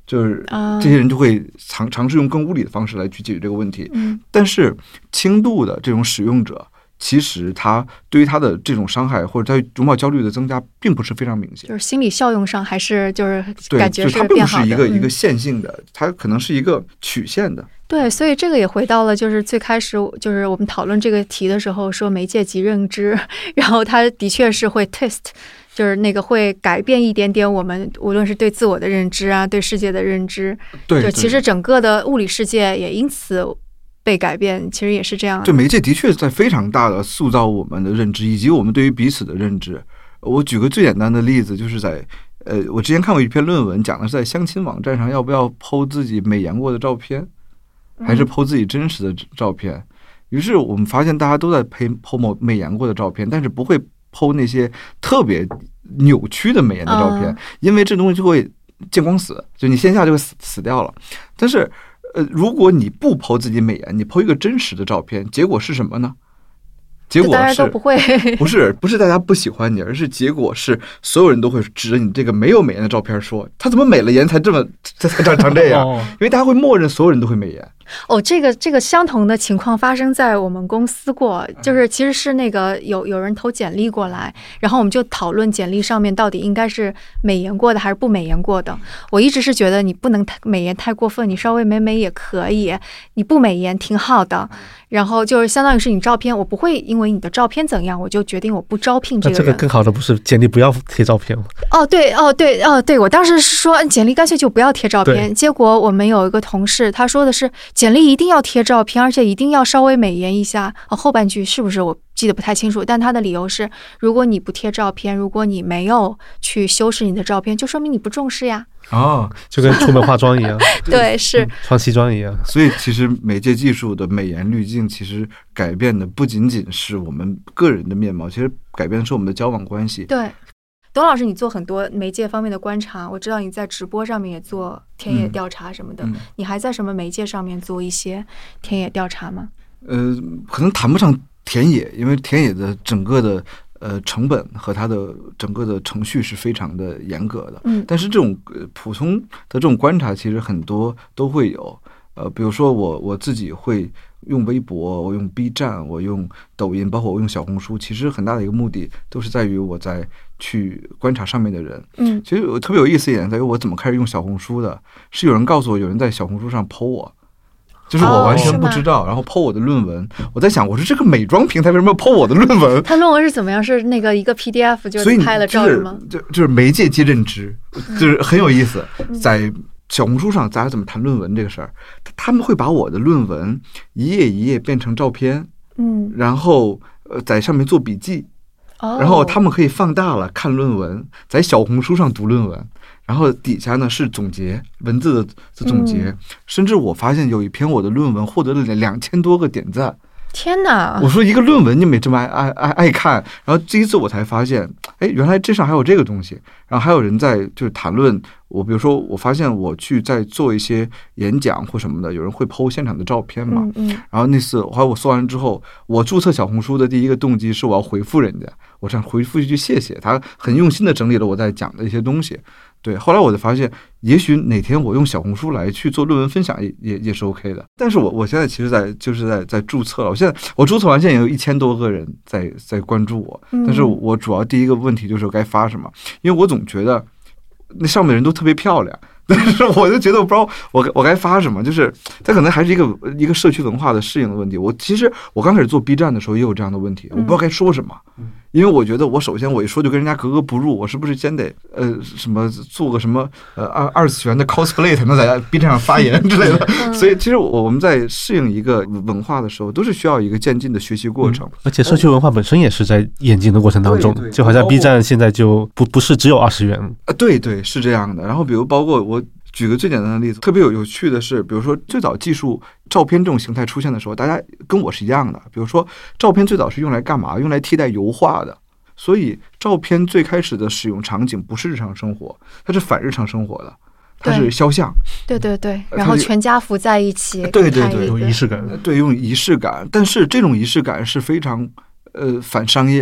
就是这些人就会尝尝试用更物理的方式来去解决这个问题。 嗯， 但是轻度的这种使用者，其实他对于他的这种伤害或者他容貌焦虑的增加，并不是非常明显。 就是心理效用上还是就是对， 感觉就是它并不变好的。 是一个、 嗯、 一个线性的，它可能是一个曲线的。 对，所以这个也回到了就是最开始就是我们讨论这个题的时候说媒介及认知，然后它的确是会 twist。就是那个会改变一点点我们无论是对自我的认知啊，对世界的认知， 对， 就其实整个的物理世界也因此被改变，其实也是这样的。 对，媒介的确在非常大的塑造我们的认知，以及我们对于彼此的认知。我举个最简单的例子，就是在呃，我之前看过一篇论文，讲的是在相亲网站上要不要 po 自己美颜过的照片，还是 po 自己真实的照片。嗯、于是我们发现大家都在 po 美颜过的照片，但是不会po 那些特别扭曲的美颜的照片，嗯、因为这东西就会见光死，就你线下就会死死掉了。但是，呃，如果你不 po 自己美颜，你 po 一个真实的照片，结果是什么呢？结果是大家都不会， 不是不是大家不喜欢你，而是结果是所有人都会指着你这个没有美颜的照片说，他怎么美了颜才这么才才长成这样？哦、因为大家会默认所有人都会美颜。 哦，这个这个相同的情况发生在我们公司过，就是其实是那个有有人投简历过来，然后我们就讨论简历上面到底应该是美颜过的还是不美颜过的。我一直是觉得你不能太美颜太过分，你稍微美美也可以，你不美颜挺好的。然后就是相当于是你照片，我不会因为你的照片怎样，我就决定我不招聘这个人。 那这个更好的不是简历不要贴照片吗？ 哦，对，哦，对，哦，对，我当时是说简历干脆就不要贴照片。结果我们有一个同事，他说的是简历一定要贴照片，而且一定要稍微美颜一下。哦，后半句是不是我记得不太清楚？但他的理由是，如果你不贴照片，如果你没有去修饰你的照片，就说明你不重视呀。 哦， 就跟出门化妆一样。 对，是、嗯、 穿西装一样。 所以其实媒介技术的美颜滤镜，其实改变的不仅仅是我们个人的面貌，其实改变的是我们的交往关系。 对，董老师，你做很多媒介方面的观察，我知道你在直播上面也做田野调查什么的，嗯嗯、你还在什么媒介上面做一些田野调查吗？ 呃，可能谈不上田野，因为田野的整个的。呃，成本和它的整个的程序是非常的严格的， 嗯， 但是这种、呃、普通的这种观察，其实很多都会有，呃，比如说我我自己会用微博，我用 B 站，我用抖音，包括我用小红书，其实很大的一个目的都是在于我在去观察上面的人， 嗯， 其实我特别有意思一点在于我怎么开始用小红书的，是有人告诉我有人在小红书上 po 我。就是我完全不知道， 哦、 然后 po 我的论文，我在想，我说这个美妆平台为什么要 po 我的论文？ 他论文是怎么样？是那个一个 P D F 就是拍了照吗？ 就就是媒介及认知，就是很有意思。在小红书上，大家怎么谈论文这个事儿？他们会把我的论文一页一页变成照片， 嗯， 然后呃在上面做笔记， 哦， 然后他们可以放大了看论文，在小红书上读论文。然后底下呢是总结文字的的总结、嗯，甚至我发现有一篇我的论文获得了两千多个点赞。 天哪！ 我说一个论文你没这么爱爱爱爱看，然后这一次我才发现，哎，原来这上还有这个东西。然后还有人在就是谈论我，比如说我发现我去在做一些演讲或什么的，有人会 po 现场的照片嘛。 嗯嗯。 然后那次后来我做完之后，我注册小红书的第一个动机是我要回复人家，我想回复一句谢谢，他很用心的整理了我在讲的一些东西。对，后来我就发现，也许哪天我用小红书来去做论文分享也也也是 OK 的。但是我我现在其实在就是在在注册了，我现在我注册完现在也有一千多个人在在关注我，但是我主要第一个问题就是该发什么，因为我总觉得那上面的人都特别漂亮。但是我就觉得我不知道我我该发什么，就是它可能还是一个一个社区文化的适应的问题。我其实我刚开始做 B 站的时候也有这样的问题，我不知道该说什么，因为我觉得我首先我一说就跟人家格格不入，我是不是先得呃什么做个什么呃二二次元的 cosplay 才能在 B 站上发言之类的。所以其实我们在适应一个文化的时候，都是需要一个渐进的学习过程。 嗯、而且社区文化本身也是在演进的过程当中，就好像 B 站现在就不不是只有二十元啊，对对是这样的。然后比如包括我。举个最简单的例子，特别有有趣的是，比如说最早技术照片这种形态出现的时候，大家跟我是一样的。比如说照片最早是用来干嘛？用来替代油画的。所以照片最开始的使用场景不是日常生活，它是反日常生活的，它是肖像。 对对对，然后全家福在一起， 对对对， 有仪式感。 对，用仪式感，但是这种仪式感是非常呃反商业的。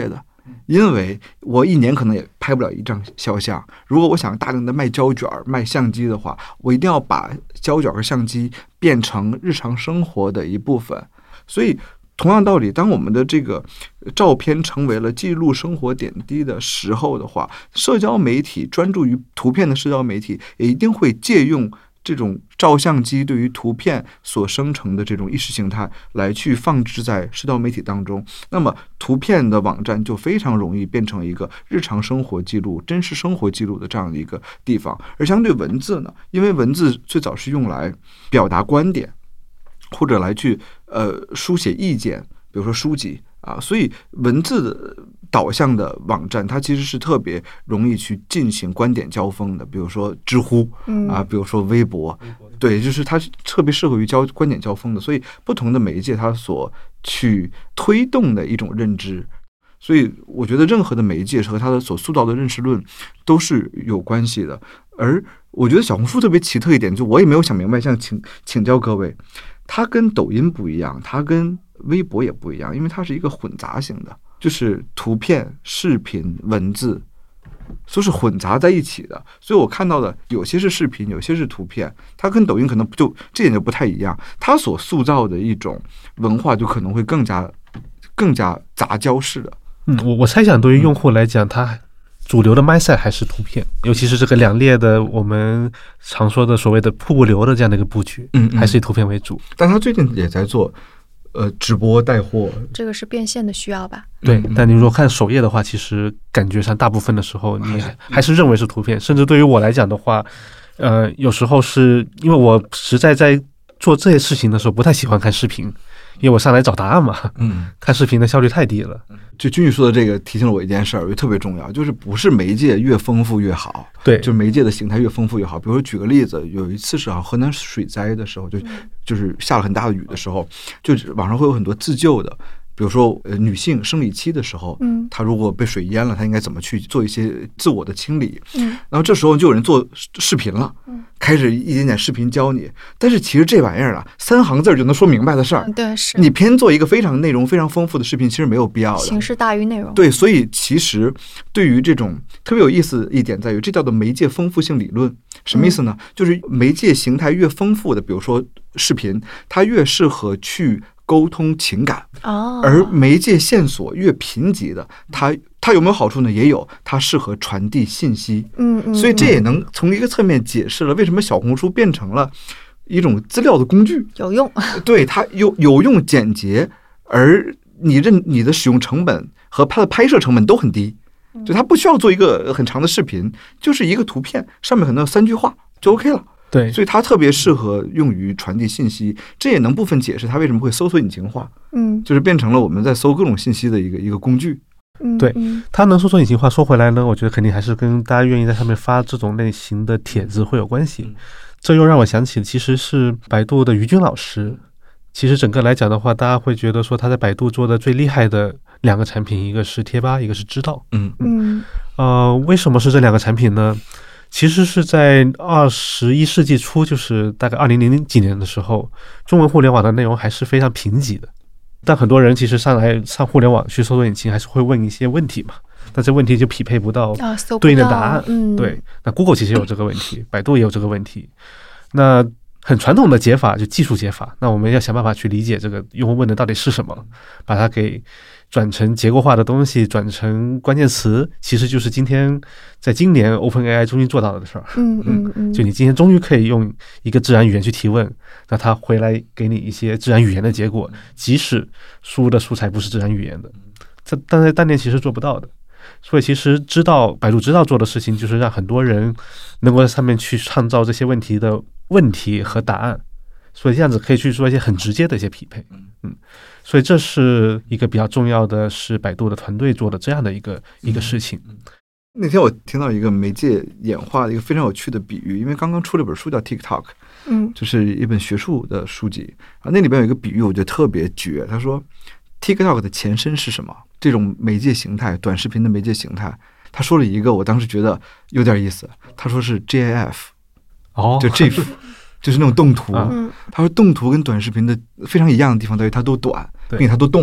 因为我一年可能也拍不了一张肖像。如果我想大量的卖胶卷、卖相机的话，我一定要把胶卷和相机变成日常生活的一部分。所以同样道理，当我们的这个照片成为了记录生活点滴的时候的话，社交媒体专注于图片的社交媒体也一定会借用这种照相机对于图片所生成的这种意识形态来去放置在社交媒体当中，那么图片的网站就非常容易变成一个日常生活记录、真实生活记录的这样的一个地方。而相对文字呢，因为文字最早是用来表达观点或者来去呃书写意见，比如说书籍啊，所以文字导向的网站它其实是特别容易去进行观点交锋的，比如说知乎啊，比如说微博，对，就是它特别适合于交观点交锋的。所以不同的媒介它所去推动的一种认知，所以我觉得任何的媒介和它的所塑造的认识论都是有关系的。而我觉得小红书特别奇特一点，就我也没有想明白，想请请教各位，它跟抖音不一样，它跟微博也不一样，因为它是一个混杂型的，就是图片、视频、文字都是混杂在一起的。所以我看到的有些是视频，有些是图片，它跟抖音可能就这点就不太一样，它所塑造的一种文化就可能会更加更加杂交式的。 嗯，我我猜想对于用户来讲，它主流的 mindset 还是图片，尤其是这个两列的我们常说的所谓的瀑布流的这样的一个布局， 嗯， 还是以图片为主。 但他最近也在做呃直播带货， 这个是变现的需要吧？ 对，但你如果看首页的话，其实感觉上大部分的时候你还是认为是图片，甚至对于我来讲的话，呃，有时候是因为我实在在做这些事情的时候不太喜欢看视频，因为我上来找答案嘛，嗯，看视频的效率太低了。 就君宇说的这个提醒了我一件事儿，我觉得特别重要，就是不是媒介越丰富越好， 对， 就是媒介的形态越丰富越好。比如说举个例子，有一次是好像河南水灾的时候，就就是下了很大的雨的时候，就是网上会有很多自救的。比如说，呃，女性生理期的时候，嗯，她如果被水淹了，她应该怎么去做一些自我的清理？嗯，然后这时候就有人做视频了，嗯，开始一点点视频教你。但是其实这玩意儿啊，三行字就能说明白的事儿， 对，是你偏做一个非常内容非常丰富的视频，其实没有必要的。 形式大于内容。对， 所以其实对于这种特别有意思一点在于，这叫做媒介丰富性理论。什么意思呢？嗯，就是媒介形态越丰富的，比如说视频，它越适合去沟通情感，而媒介线索越贫瘠的，它它有没有好处呢？也有，它适合传递信息。嗯嗯，所以这也能从一个侧面解释了为什么小红书变成了一种资料的工具， 有用。 对，它有有用简洁，而你认你的使用成本和它的拍摄成本都很低，就它不需要做一个很长的视频，就是一个图片上面可能有三句话就 OK 了。 对， 所以它特别适合用于传递信息，这也能部分解释它为什么会搜索引擎化，嗯，就是变成了我们在搜各种信息的一个一个工具。 嗯，对，它能搜索引擎化，说回来呢，我觉得肯定还是跟大家愿意在上面发这种类型的帖子会有关系。嗯，这又让我想起，其实是百度的于军老师。其实整个来讲的话，大家会觉得说他在百度做的最厉害的两个产品，一个是贴吧，一个是知道。嗯嗯，呃，为什么是这两个产品呢？其实是在二十一世纪初，就是大概二零零几年的时候，中文互联网的内容还是非常贫瘠的。但很多人其实上来上互联网去搜索引擎，还是会问一些问题嘛。但这问题就匹配不到对应的答案。啊嗯、对，那 Google 其实有这个问题，百度也有这个问题。那很传统的解法就技术解法，那我们要想办法去理解这个用户问的到底是什么，把它给转成结构化的东西，转成关键词，其实就是今天在今年 OpenAI 终于做到的事儿。嗯嗯嗯，就你今天终于可以用一个自然语言去提问，那它回来给你一些自然语言的结果，即使输入的素材不是自然语言的，这但在当年其实做不到的。所以其实知道百度知道做的事情，就是让很多人能够在上面去创造这些问题的问题和答案，所以这样子可以去做一些很直接的一些匹配。嗯，所以这是一个比较重要的，是百度的团队做的这样的一个一个事情。 那天我听到一个媒介演化的一个非常有趣的比喻，因为刚刚出了本书叫 TikTok， 嗯，就是一本学术的书籍啊，那里边有一个比喻，我觉得特别绝。他说 TikTok 的前身是什么？这种媒介形态，短视频的媒介形态。他说了一个，我当时觉得有点意思。他说是 G I F， 哦，就 GIF， 就是那种动图。他说动图跟短视频的非常一样的地方在于它都短，并且它都动。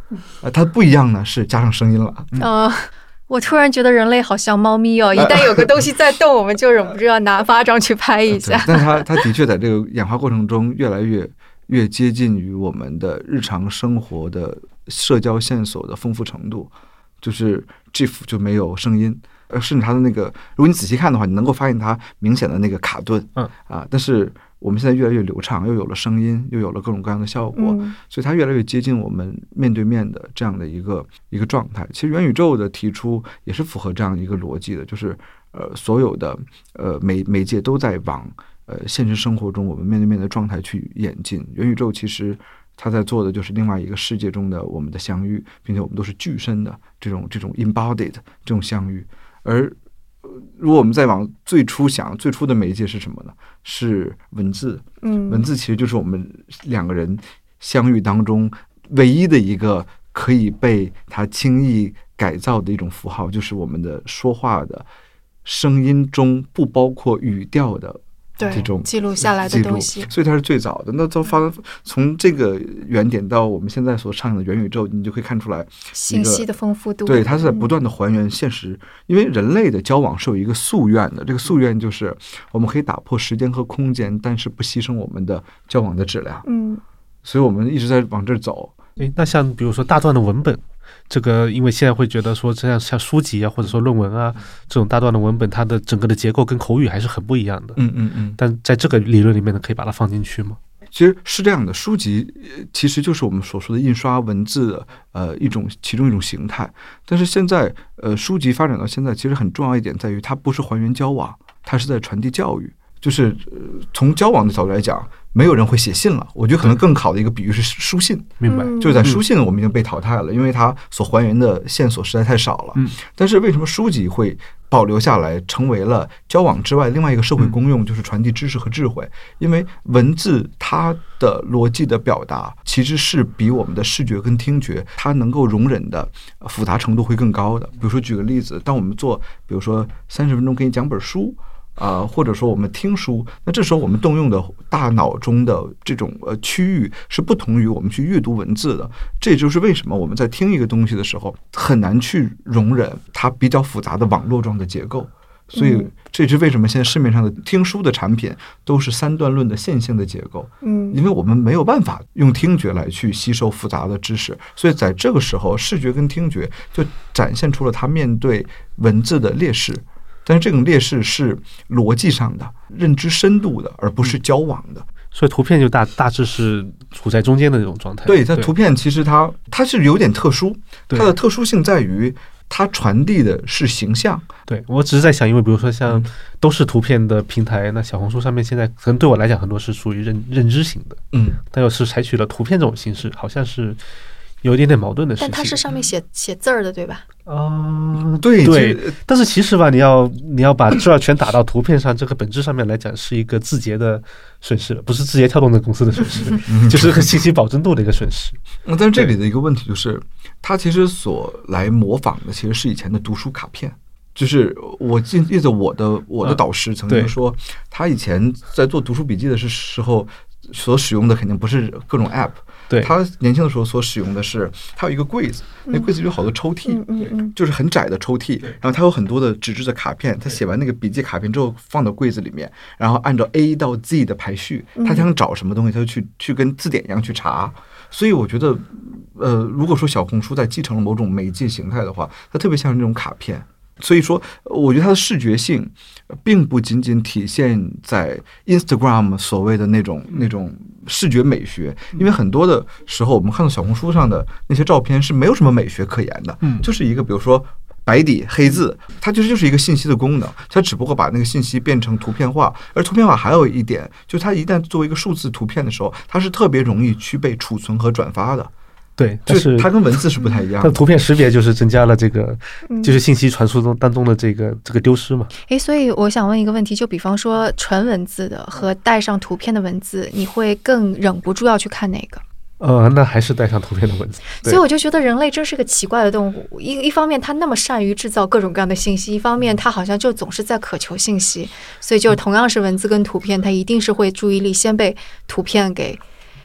呃，它不一样呢是加上声音了。 呃，我突然觉得人类好像猫咪哦，一旦有个东西在动，我们就忍不住要拿巴掌去拍一下。 但它它的确在这个演化过程中越来越越接近于我们的日常生活的社交线索的丰富程度，就是 GIF 就没有声音。呃，甚至它的那个，如果你仔细看的话，你能够发现它明显的那个卡顿， 嗯啊，但是我们现在越来越流畅，又有了声音，又有了各种各样的效果， 嗯、 所以它越来越接近我们面对面的这样的一个一个状态。其实元宇宙的提出也是符合这样一个逻辑的，就是呃，所有的呃媒媒介都在往呃现实生活中我们面对面的状态去演进。元宇宙其实他在做的就是另外一个世界中的我们的相遇，并且我们都是具身的这种这种 embodied 这种相遇。而如果我们再往最初想，最初的媒介是什么呢？是文字。 嗯， 文字其实就是我们两个人相遇当中唯一的一个可以被它轻易改造的一种符号，就是我们的说话的声音中不包括语调的这种记录下来的东西， 所以它是最早的。那都发从这个原点到我们现在所倡议的元宇宙，你就可以看出来信息的丰富度。 对，它是在不断的还原现实，嗯、因为人类的交往是有一个夙愿的，这个夙愿就是我们可以打破时间和空间，但是不牺牲我们的交往的质量。 嗯， 所以我们一直在往这儿走。 诶，那像比如说大段的文本。这个因为现在会觉得说这样像书籍啊或者说论文啊这种大段的文本，它的整个的结构跟口语还是很不一样的。 嗯嗯嗯。 但在这个理论里面呢，可以把它放进去吗？ 其实是这样的，书籍其实就是我们所说的印刷文字的呃一种其中一种形态。但是现在呃书籍发展到现在，其实很重要一点在于它不是还原交往，它是在传递教育。就是呃从交往的角度来讲，没有人会写信了。我觉得可能更好的一个比喻是书信， 明白？ 就是在书信我们已经被淘汰了，因为它所还原的线索实在太少了。 嗯， 但是为什么书籍会保留下来，成为了交往之外另外一个社会功用，就是传递知识和智慧？因为文字它的逻辑的表达，其实是比我们的视觉跟听觉它能够容忍的复杂程度会更高的。比如说举个例子，当我们做，比如说三十分钟给你讲本书。啊、呃，或者说我们听书，那这时候我们动用的大脑中的这种呃区域是不同于我们去阅读文字的。这也就是为什么我们在听一个东西的时候很难去容忍它比较复杂的网络状的结构。所以这也是为什么现在市面上的听书的产品都是三段论的线性的结构。 嗯， 因为我们没有办法用听觉来去吸收复杂的知识，所以在这个时候，视觉跟听觉就展现出了它面对文字的劣势。但是这种劣势是逻辑上的、认知深度的，而不是交往的。 所以图片就大大致是处在中间的这种状态。 对，它图片其实它它是有点特殊，它的特殊性在于它传递的是形象。 对，我只是在想，因为比如说像都是图片的平台，那小红书上面现在可能对我来讲很多是属于认认知型的， 嗯， 但又是采取了图片这种形式，好像是有一点点矛盾的事情。 但它是上面写写字儿的，对吧？ 啊、 对对，但是其实吧，你要你要把资料全打到图片上，这个本质上面来讲是一个字节的损失，不是字节跳动的公司的损失，就是个信息保真度的一个损失。 那但是这里的一个问题就是，它其实所来模仿的其实是以前的读书卡片。就是我记记得我的我的导师曾经说，他以前在做读书笔记的时候所使用的肯定不是各种 app。 对， 他年轻的时候所使用的是，他有一个柜子，那柜子有好多抽屉， 嗯、 就是很窄的抽屉，然后他有很多的纸质的卡片，他写完那个笔记卡片之后放到柜子里面，然后按照 A 到 Z 的排序，他想找什么东西，他就去去跟字典一样去查。所以我觉得，呃，如果说小红书在继承了某种媒介形态的话，它特别像那种卡片。所以说，我觉得它的视觉性并不仅仅体现在 Instagram 所谓的那种那种视觉美学，因为很多的时候我们看到小红书上的那些照片是没有什么美学可言的，就是一个比如说白底黑字，它就是就是一个信息的功能，它只不过把那个信息变成图片化。而图片化还有一点，就是它一旦作为一个数字图片的时候，它是特别容易去被储存和转发的。 对，但是它跟文字是不太一样的。 它图片识别就是增加了这个，就是信息传输中当中的这个这个丢失嘛。 诶，所以我想问一个问题，就比方说纯文字的和带上图片的文字，你会更忍不住要去看哪个？ 呃，那还是带上图片的文字。 所以我就觉得人类真是个奇怪的动物。一一方面，它那么善于制造各种各样的信息；一方面，它好像就总是在渴求信息。所以，就同样是文字跟图片，它一定是会注意力先被图片给。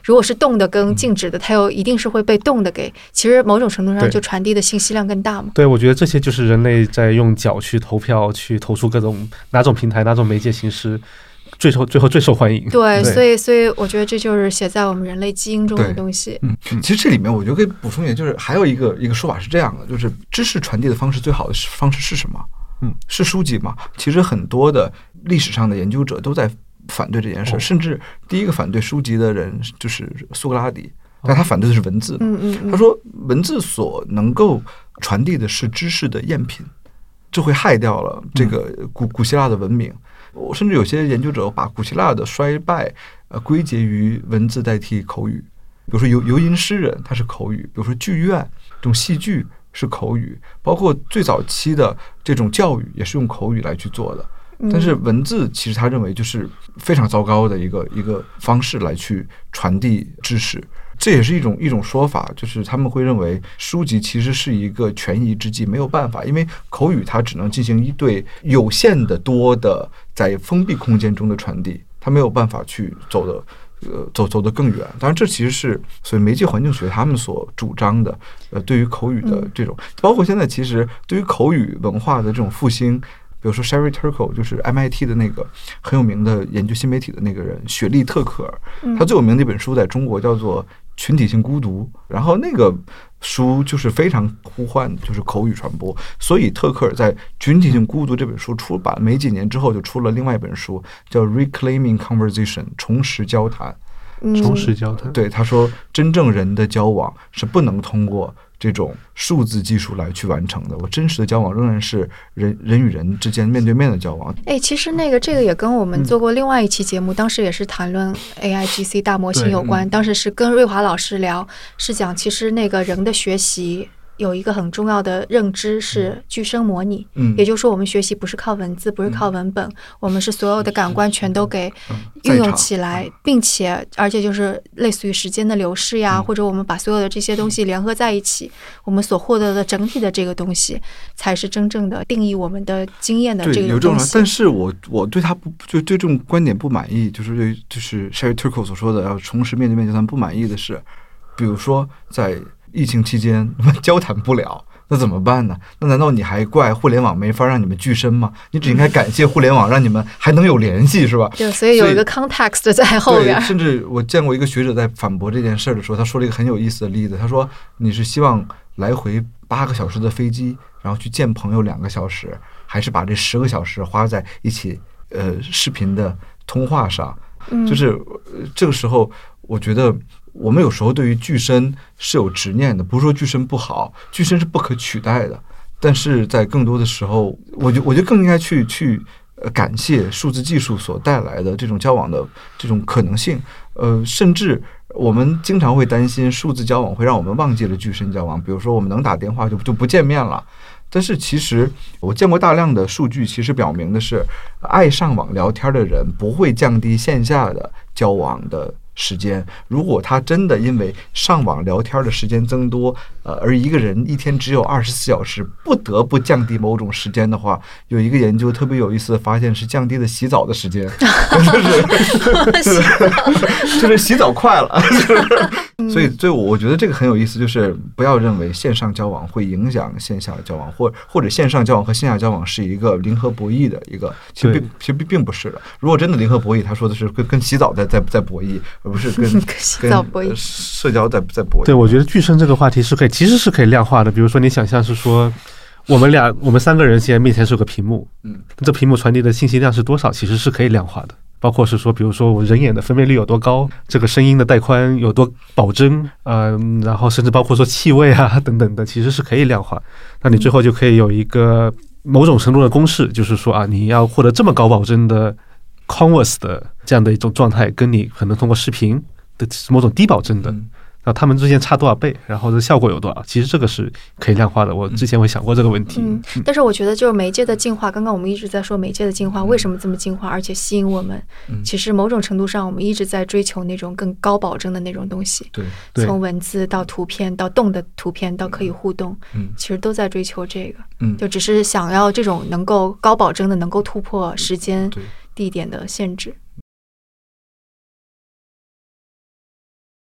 如果是动的跟静止的，它又一定是会被动的给，其实某种程度上对就传递的信息量更大嘛。 对，我觉得这些就是人类在用脚去投票，去投出各种哪种平台、哪种媒介形式，最后最后最受欢迎。 对， 对所以所以我觉得这就是写在我们人类基因中的东西。 嗯，其实这里面我觉得可以补充一点，就是还有一个一个说法是这样的，就是知识传递的方式最好的方式是什么？ 嗯， 是书籍吗？其实很多的历史上的研究者都在反对这件事， 哦甚至第一个反对书籍的人就是苏格拉底，但他反对的是文字。 嗯嗯嗯， 他说文字所能够传递的是知识的赝品，这会害掉了这个古古希腊的文明。我甚至有些研究者把古希腊的衰败呃归结于文字代替口语，比如说游游吟诗人他是口语，比如说剧院这种戏剧是口语，包括最早期的这种教育也是用口语来去做的。但是文字其实他认为就是非常糟糕的一个一个方式来去传递知识，这也是一种一种说法，就是他们会认为书籍其实是一个权宜之计，没有办法，因为口语它只能进行一对有限的多的在封闭空间中的传递，它没有办法去走的呃走走得更远。当然，这其实是所谓媒介环境学他们所主张的，呃，对于口语的这种，包括现在其实对于口语文化的这种复兴。比如说 Sherry Turkle 就是 M I T 的那个很有名的研究新媒体的那个人，雪莉特克尔，他最有名的一本书在中国叫做《群体性孤独》，然后那个书就是非常呼唤就是口语传播，所以特克尔在《群体性孤独》这本书出版没几年之后，就出了另外一本书叫 Reclaiming Conversation 重拾交谈。 重拾交谈， 对，他说真正人的交往是不能通过这种数字技术来去完成的，我真实的交往仍然是人人与人之间面对面的交往。 哎，其实那个这个也跟我们做过另外一期节目，嗯、当时也是谈论 A I G C 大模型有关，当时是跟瑞华老师聊，是讲其实那个人的学习。有一个很重要的认知是具声模拟，嗯，也就是说我们学习不是靠文字，不是靠文本，嗯、我们是所有的感官全都给运用起来，嗯、并且而且就是类似于时间的流逝呀，嗯、或者我们把所有的这些东西联合在一起，我们所获得的整体的这个东西，才是真正的定义我们的经验的这个东西。 但是我我对他不就对这种观点不满意，就是对就是 Sherry Turkle 所说的要重拾面对面交谈不满意的是，比如说在疫情期间你们交谈不了，那怎么办呢？那难道你还怪互联网没法让你们聚身吗？你只应该感谢互联网让你们还能有联系，是吧？ 对，所以有一个 context 在后边。 甚至我见过一个学者在反驳这件事的时候，他说了一个很有意思的例子，他说你是希望来回八个小时的飞机，然后去见朋友两个小时，还是把这十个小时花在一起呃视频的通话上？嗯、就是、呃、这个时候我觉得我们有时候对于具身是有执念的，不是说具身不好，具身是不可取代的，但是在更多的时候，我就我就更应该去去呃感谢数字技术所带来的这种交往的这种可能性。呃，甚至我们经常会担心数字交往会让我们忘记了具身交往，比如说我们能打电话就就不见面了。但是其实我见过大量的数据，其实表明的是，爱上网聊天的人不会降低线下的交往的时间。如果他真的因为上网聊天的时间增多，呃，而一个人一天只有二十四小时，不得不降低某种时间的话，有一个研究特别有意思的发现是降低了洗澡的时间，就是就是就是洗澡快了。所以，所以我觉得这个很有意思，就是不要认为线上交往会影响线下的交往，或或者线上交往和线下交往是一个零和博弈的一个，其实并其实并不是的。如果真的零和博弈，他说的是跟跟洗澡在在在博弈，而不是跟洗澡博弈、 呃、社交在在博弈。 对，我觉得具身这个话题是可以，其实是可以量化的。比如说，你想象是说，我们俩我们三个人现在面前是有个屏幕，嗯，这屏幕传递的信息量是多少，其实是可以量化的。包括是说，比如说我人眼的分辨率有多高，这个声音的带宽有多保真，嗯、呃，然后甚至包括说气味啊等等的，其实是可以量化。那你最后就可以有一个某种程度的公式，就是说啊，你要获得这么高保真的 converse 的这样的一种状态，跟你可能通过视频的某种低保真的。嗯，然后他们之间差多少倍，然后这效果有多少？其实这个是可以量化的。我之前会想过这个问题。 嗯，但是我觉得就是媒介的进化，刚刚我们一直在说媒介的进化为什么这么进化，而且吸引我们。其实某种程度上，我们一直在追求那种更高保真的那种东西。 对， 从文字到图片，到动的图片，到可以互动，嗯，其实都在追求这个。嗯，就只是想要这种能够高保真的，能够突破时间、地点的限制。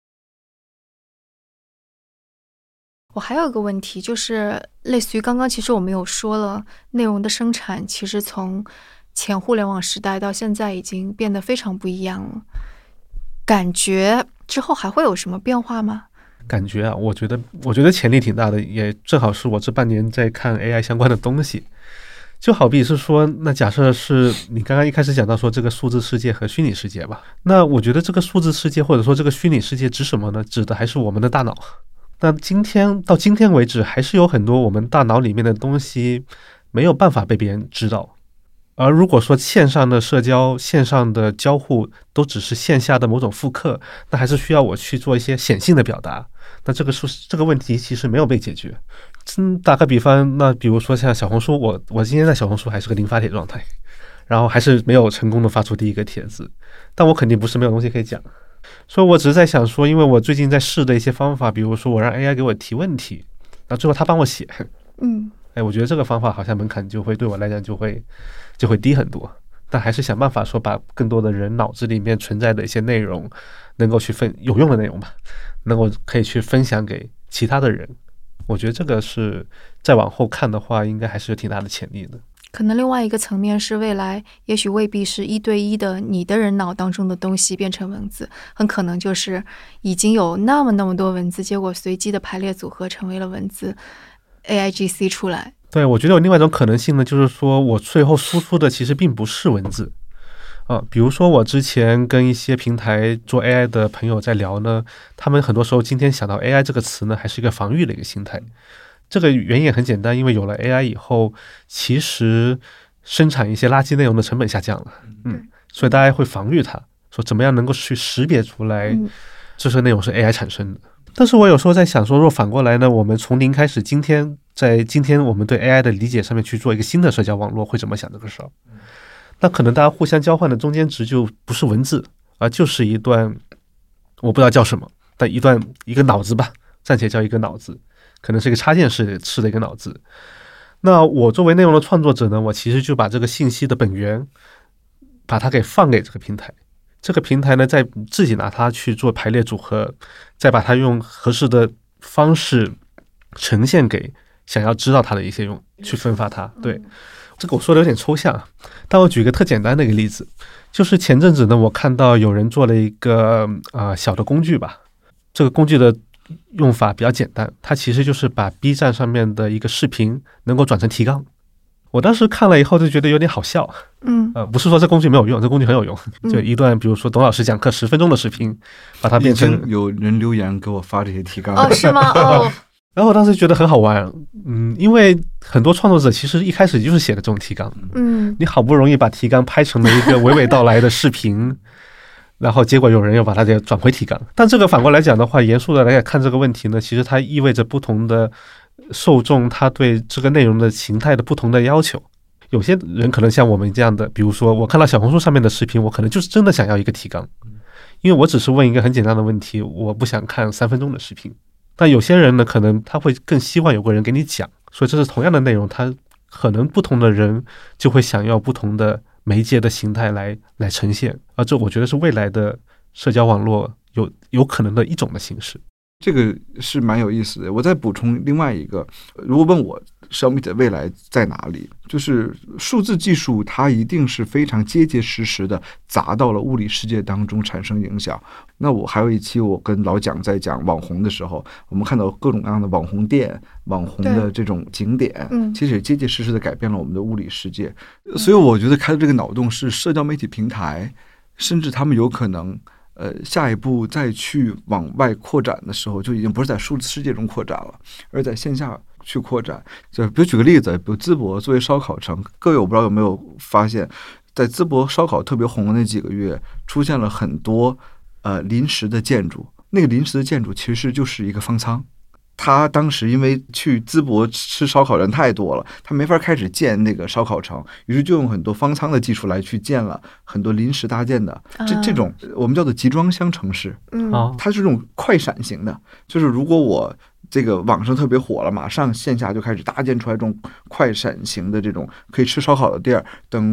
我还有一个问题，就是类似于刚刚其实我们有说了，内容的生产其实从前互联网时代到现在已经变得非常不一样了，感觉之后还会有什么变化吗？ 感觉啊，我觉得我觉得潜力挺大的，也正好是我这半年在看 A I 相关的东西。就好比是说，那假设是你刚刚一开始讲到说这个数字世界和虚拟世界吧，那我觉得这个数字世界或者说这个虚拟世界指什么呢？指的还是我们的大脑。那今天到今天为止，还是有很多我们大脑里面的东西没有办法被别人知道。而如果说线上的社交、线上的交互都只是线下的某种复刻，那还是需要我去做一些显性的表达。那这个是这个问题其实没有被解决。嗯，打个比方，那比如说像小红书，我我今天在小红书还是个零发帖状态，然后还是没有成功的发出第一个帖子，但我肯定不是没有东西可以讲。所以我只是在想说，因为我最近在试的一些方法，比如说我让 A I 给我提问题，然后最后他帮我写， 嗯， 哎，我觉得这个方法好像门槛就会对我来讲就会就会低很多，但还是想办法说把更多的人脑子里面存在的一些内容能够去分有用的内容吧，能够可以去分享给其他的人。我觉得这个是再往后看的话，应该还是有挺大的潜力的。 可能另外一个层面是未来也许未必是一对一的你的人脑当中的东西变成文字，很可能就是已经有那么那么多文字，结果随机的排列组合成为了文字 A I G C 出来。 对，我觉得有另外一种可能性呢，就是说我最后输出的其实并不是文字啊，比如说我之前跟一些平台做 A I 的朋友在聊呢，他们很多时候今天想到 A I 这个词呢，还是一个防御的一个心态。这个原因也很简单，因为有了 A I 以后，其实生产一些垃圾内容的成本下降了，嗯，所以大家会防御它，说怎么样能够去识别出来这些内容是 A I 产生的。但是我有时候在想说，若反过来呢，我们从零开始，今天在今天我们对 A I 的理解上面去做一个新的社交网络，会怎么想这个事儿？那可能大家互相交换的中间值就不是文字，而就是一段我不知道叫什么，但一段一个脑子吧，暂且叫一个脑子。可能是一个插件式式的一个脑子。那我作为内容的创作者呢，我其实就把这个信息的本源把它给放给这个平台，这个平台呢再自己拿它去做排列组合，再把它用合适的方式呈现给想要知道它的一些用去分发它。对，这个我说的有点抽象，但我举一个特简单的一个例子，就是前阵子呢我看到有人做了一个呃小的工具吧，这个工具的用法比较简单，它其实就是把 B 站上面的一个视频能够转成提纲。我当时看了以后就觉得有点好笑， 嗯， 呃，不是说这工具没有用，这工具很有用，就一段比如说董老师讲课十分钟的视频，把它变成有人留言给我发这些提纲。 哦，是吗？哦， 然后我当时觉得很好玩，嗯，因为很多创作者其实一开始就是写的这种提纲， 嗯， 你好不容易把提纲拍成了一个娓娓道来的视频。然后结果有人又把它给转回提纲，但这个反过来讲的话，严肃的来看这个问题呢，其实它意味着不同的受众他对这个内容的形态的不同的要求。有些人可能像我们这样的，比如说我看到小红书上面的视频，我可能就是真的想要一个提纲，因为我只是问一个很简单的问题，我不想看三分钟的视频。但有些人呢，可能他会更希望有个人给你讲，所以这是同样的内容，他可能不同的人就会想要不同的媒介的形态来来呈现，而这我觉得是未来的社交网络有有可能的一种的形式。 这个是蛮有意思的。我再补充另外一个，如果问我小米的未来在哪里，就是数字技术它一定是非常结结实实的砸到了物理世界当中产生影响。那我还有一期我跟老蒋在讲网红的时候，我们看到各种各样的网红店、网红的这种景点，其实也结结实实的改变了我们的物理世界。所以我觉得开的这个脑洞是社交媒体平台，甚至他们有可能呃，下一步再去往外扩展的时候，就已经不是在数字世界中扩展了，而在线下去扩展。就比如举个例子，比如淄博作为烧烤城，各位我不知道有没有发现，在淄博烧烤特别红的那几个月，出现了很多呃临时的建筑。那个临时的建筑其实就是一个方舱。他当时因为去淄博吃烧烤人太多了，他没法开始建那个烧烤城，于是就用很多方舱的技术来去建了很多临时搭建的这这种我们叫做集装箱城市。 嗯， 它是这种快闪型的，就是如果我这个网上特别火了，马上线下就开始搭建出来这种快闪型的这种可以吃烧烤的地儿，等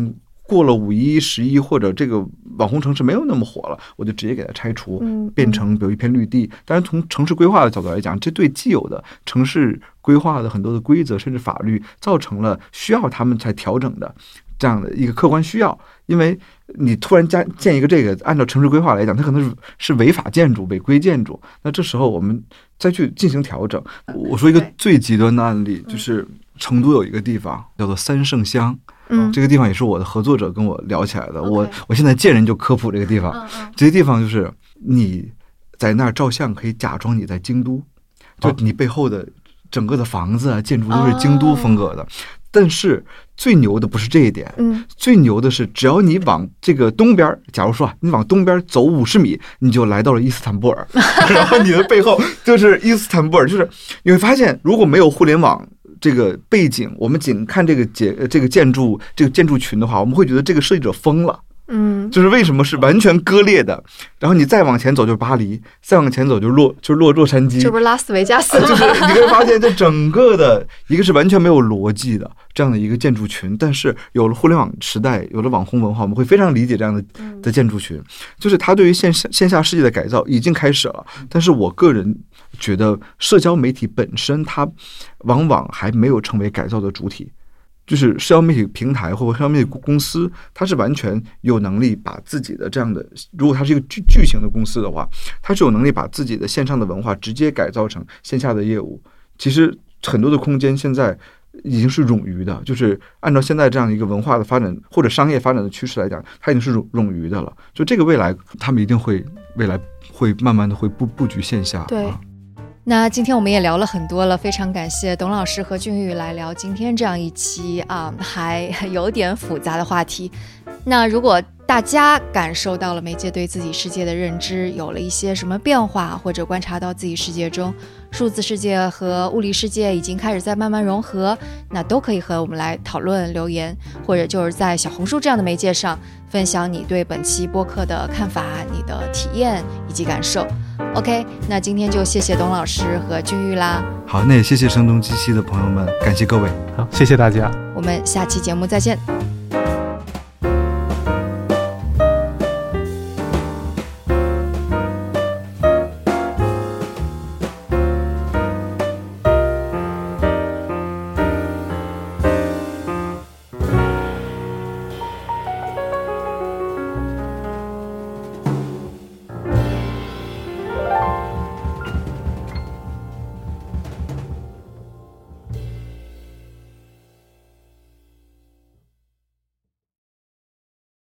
过了五一、十一或者这个网红城市没有那么火了，我就直接给它拆除， 嗯， 变成比如一片绿地。当然，从城市规划的角度来讲，这对既有的城市规划的很多的规则甚至法律造成了需要他们才调整的这样的一个客观需要。因为你突然加建一个这个，按照城市规划来讲，它可能是是违法建筑、违规建筑。那这时候我们再去进行调整。我说一个最极端的案例，就是成都有一个地方叫做三圣乡。 嗯， 这个地方也是我的合作者跟我聊起来的。 Okay. 我我现在见人就科普这个地方。 嗯嗯， 这些地方就是你在那儿照相，可以假装你在京都，就你背后的整个的房子啊、建筑都是京都风格的。哦，但是最牛的不是这一点， 嗯， 最牛的是只要你往这个东边，假如说你往东边走五十米，你就来到了伊斯坦布尔，然后你的背后就是伊斯坦布尔。就是你会发现，如果没有互联网这个背景，我们仅看这个建这个建筑这个建筑群的话，我们会觉得这个设计者疯了。 嗯， 就是为什么是完全割裂的，然后你再往前走就是巴黎，再往前走就是洛就是洛洛杉矶， 这不是拉斯维加斯吗？ 就是你会发现，这整个的一个是完全没有逻辑的这样的一个建筑群，但是有了互联网时代，有了网红文化，我们会非常理解这样的的建筑群，就是它对于线下线下世界的改造已经开始了。但是我个人觉得，社交媒体本身它往往还没有成为改造的主体。就是社交媒体平台或者社交媒体公司，它是完全有能力把自己的这样的，如果它是一个巨巨型的公司的话，它是有能力把自己的线上的文化直接改造成线下的业务。其实很多的空间现在已经是冗余的，就是按照现在这样一个文化的发展或者商业发展的趋势来讲，它已经是冗冗余的了。就这个未来，他们一定会未来会慢慢的会布布局线下。 对。 啊那今天我们也聊了很多了，非常感谢董老师和俊玉来聊今天这样一期啊、嗯、还有点复杂的话题。那如果大家感受到了媒介对自己世界的认知有了一些什么变化，或者观察到自己世界中数字世界和物理世界已经开始在慢慢融合，那都可以和我们来讨论留言，或者就是在小红书这样的媒介上分享你对本期播客的看法、你的体验以及感受。OK， 那今天就谢谢董老师和君玉啦。 好，那也谢谢声东击西的朋友们，感谢各位。 好，谢谢大家， 我们下期节目再见。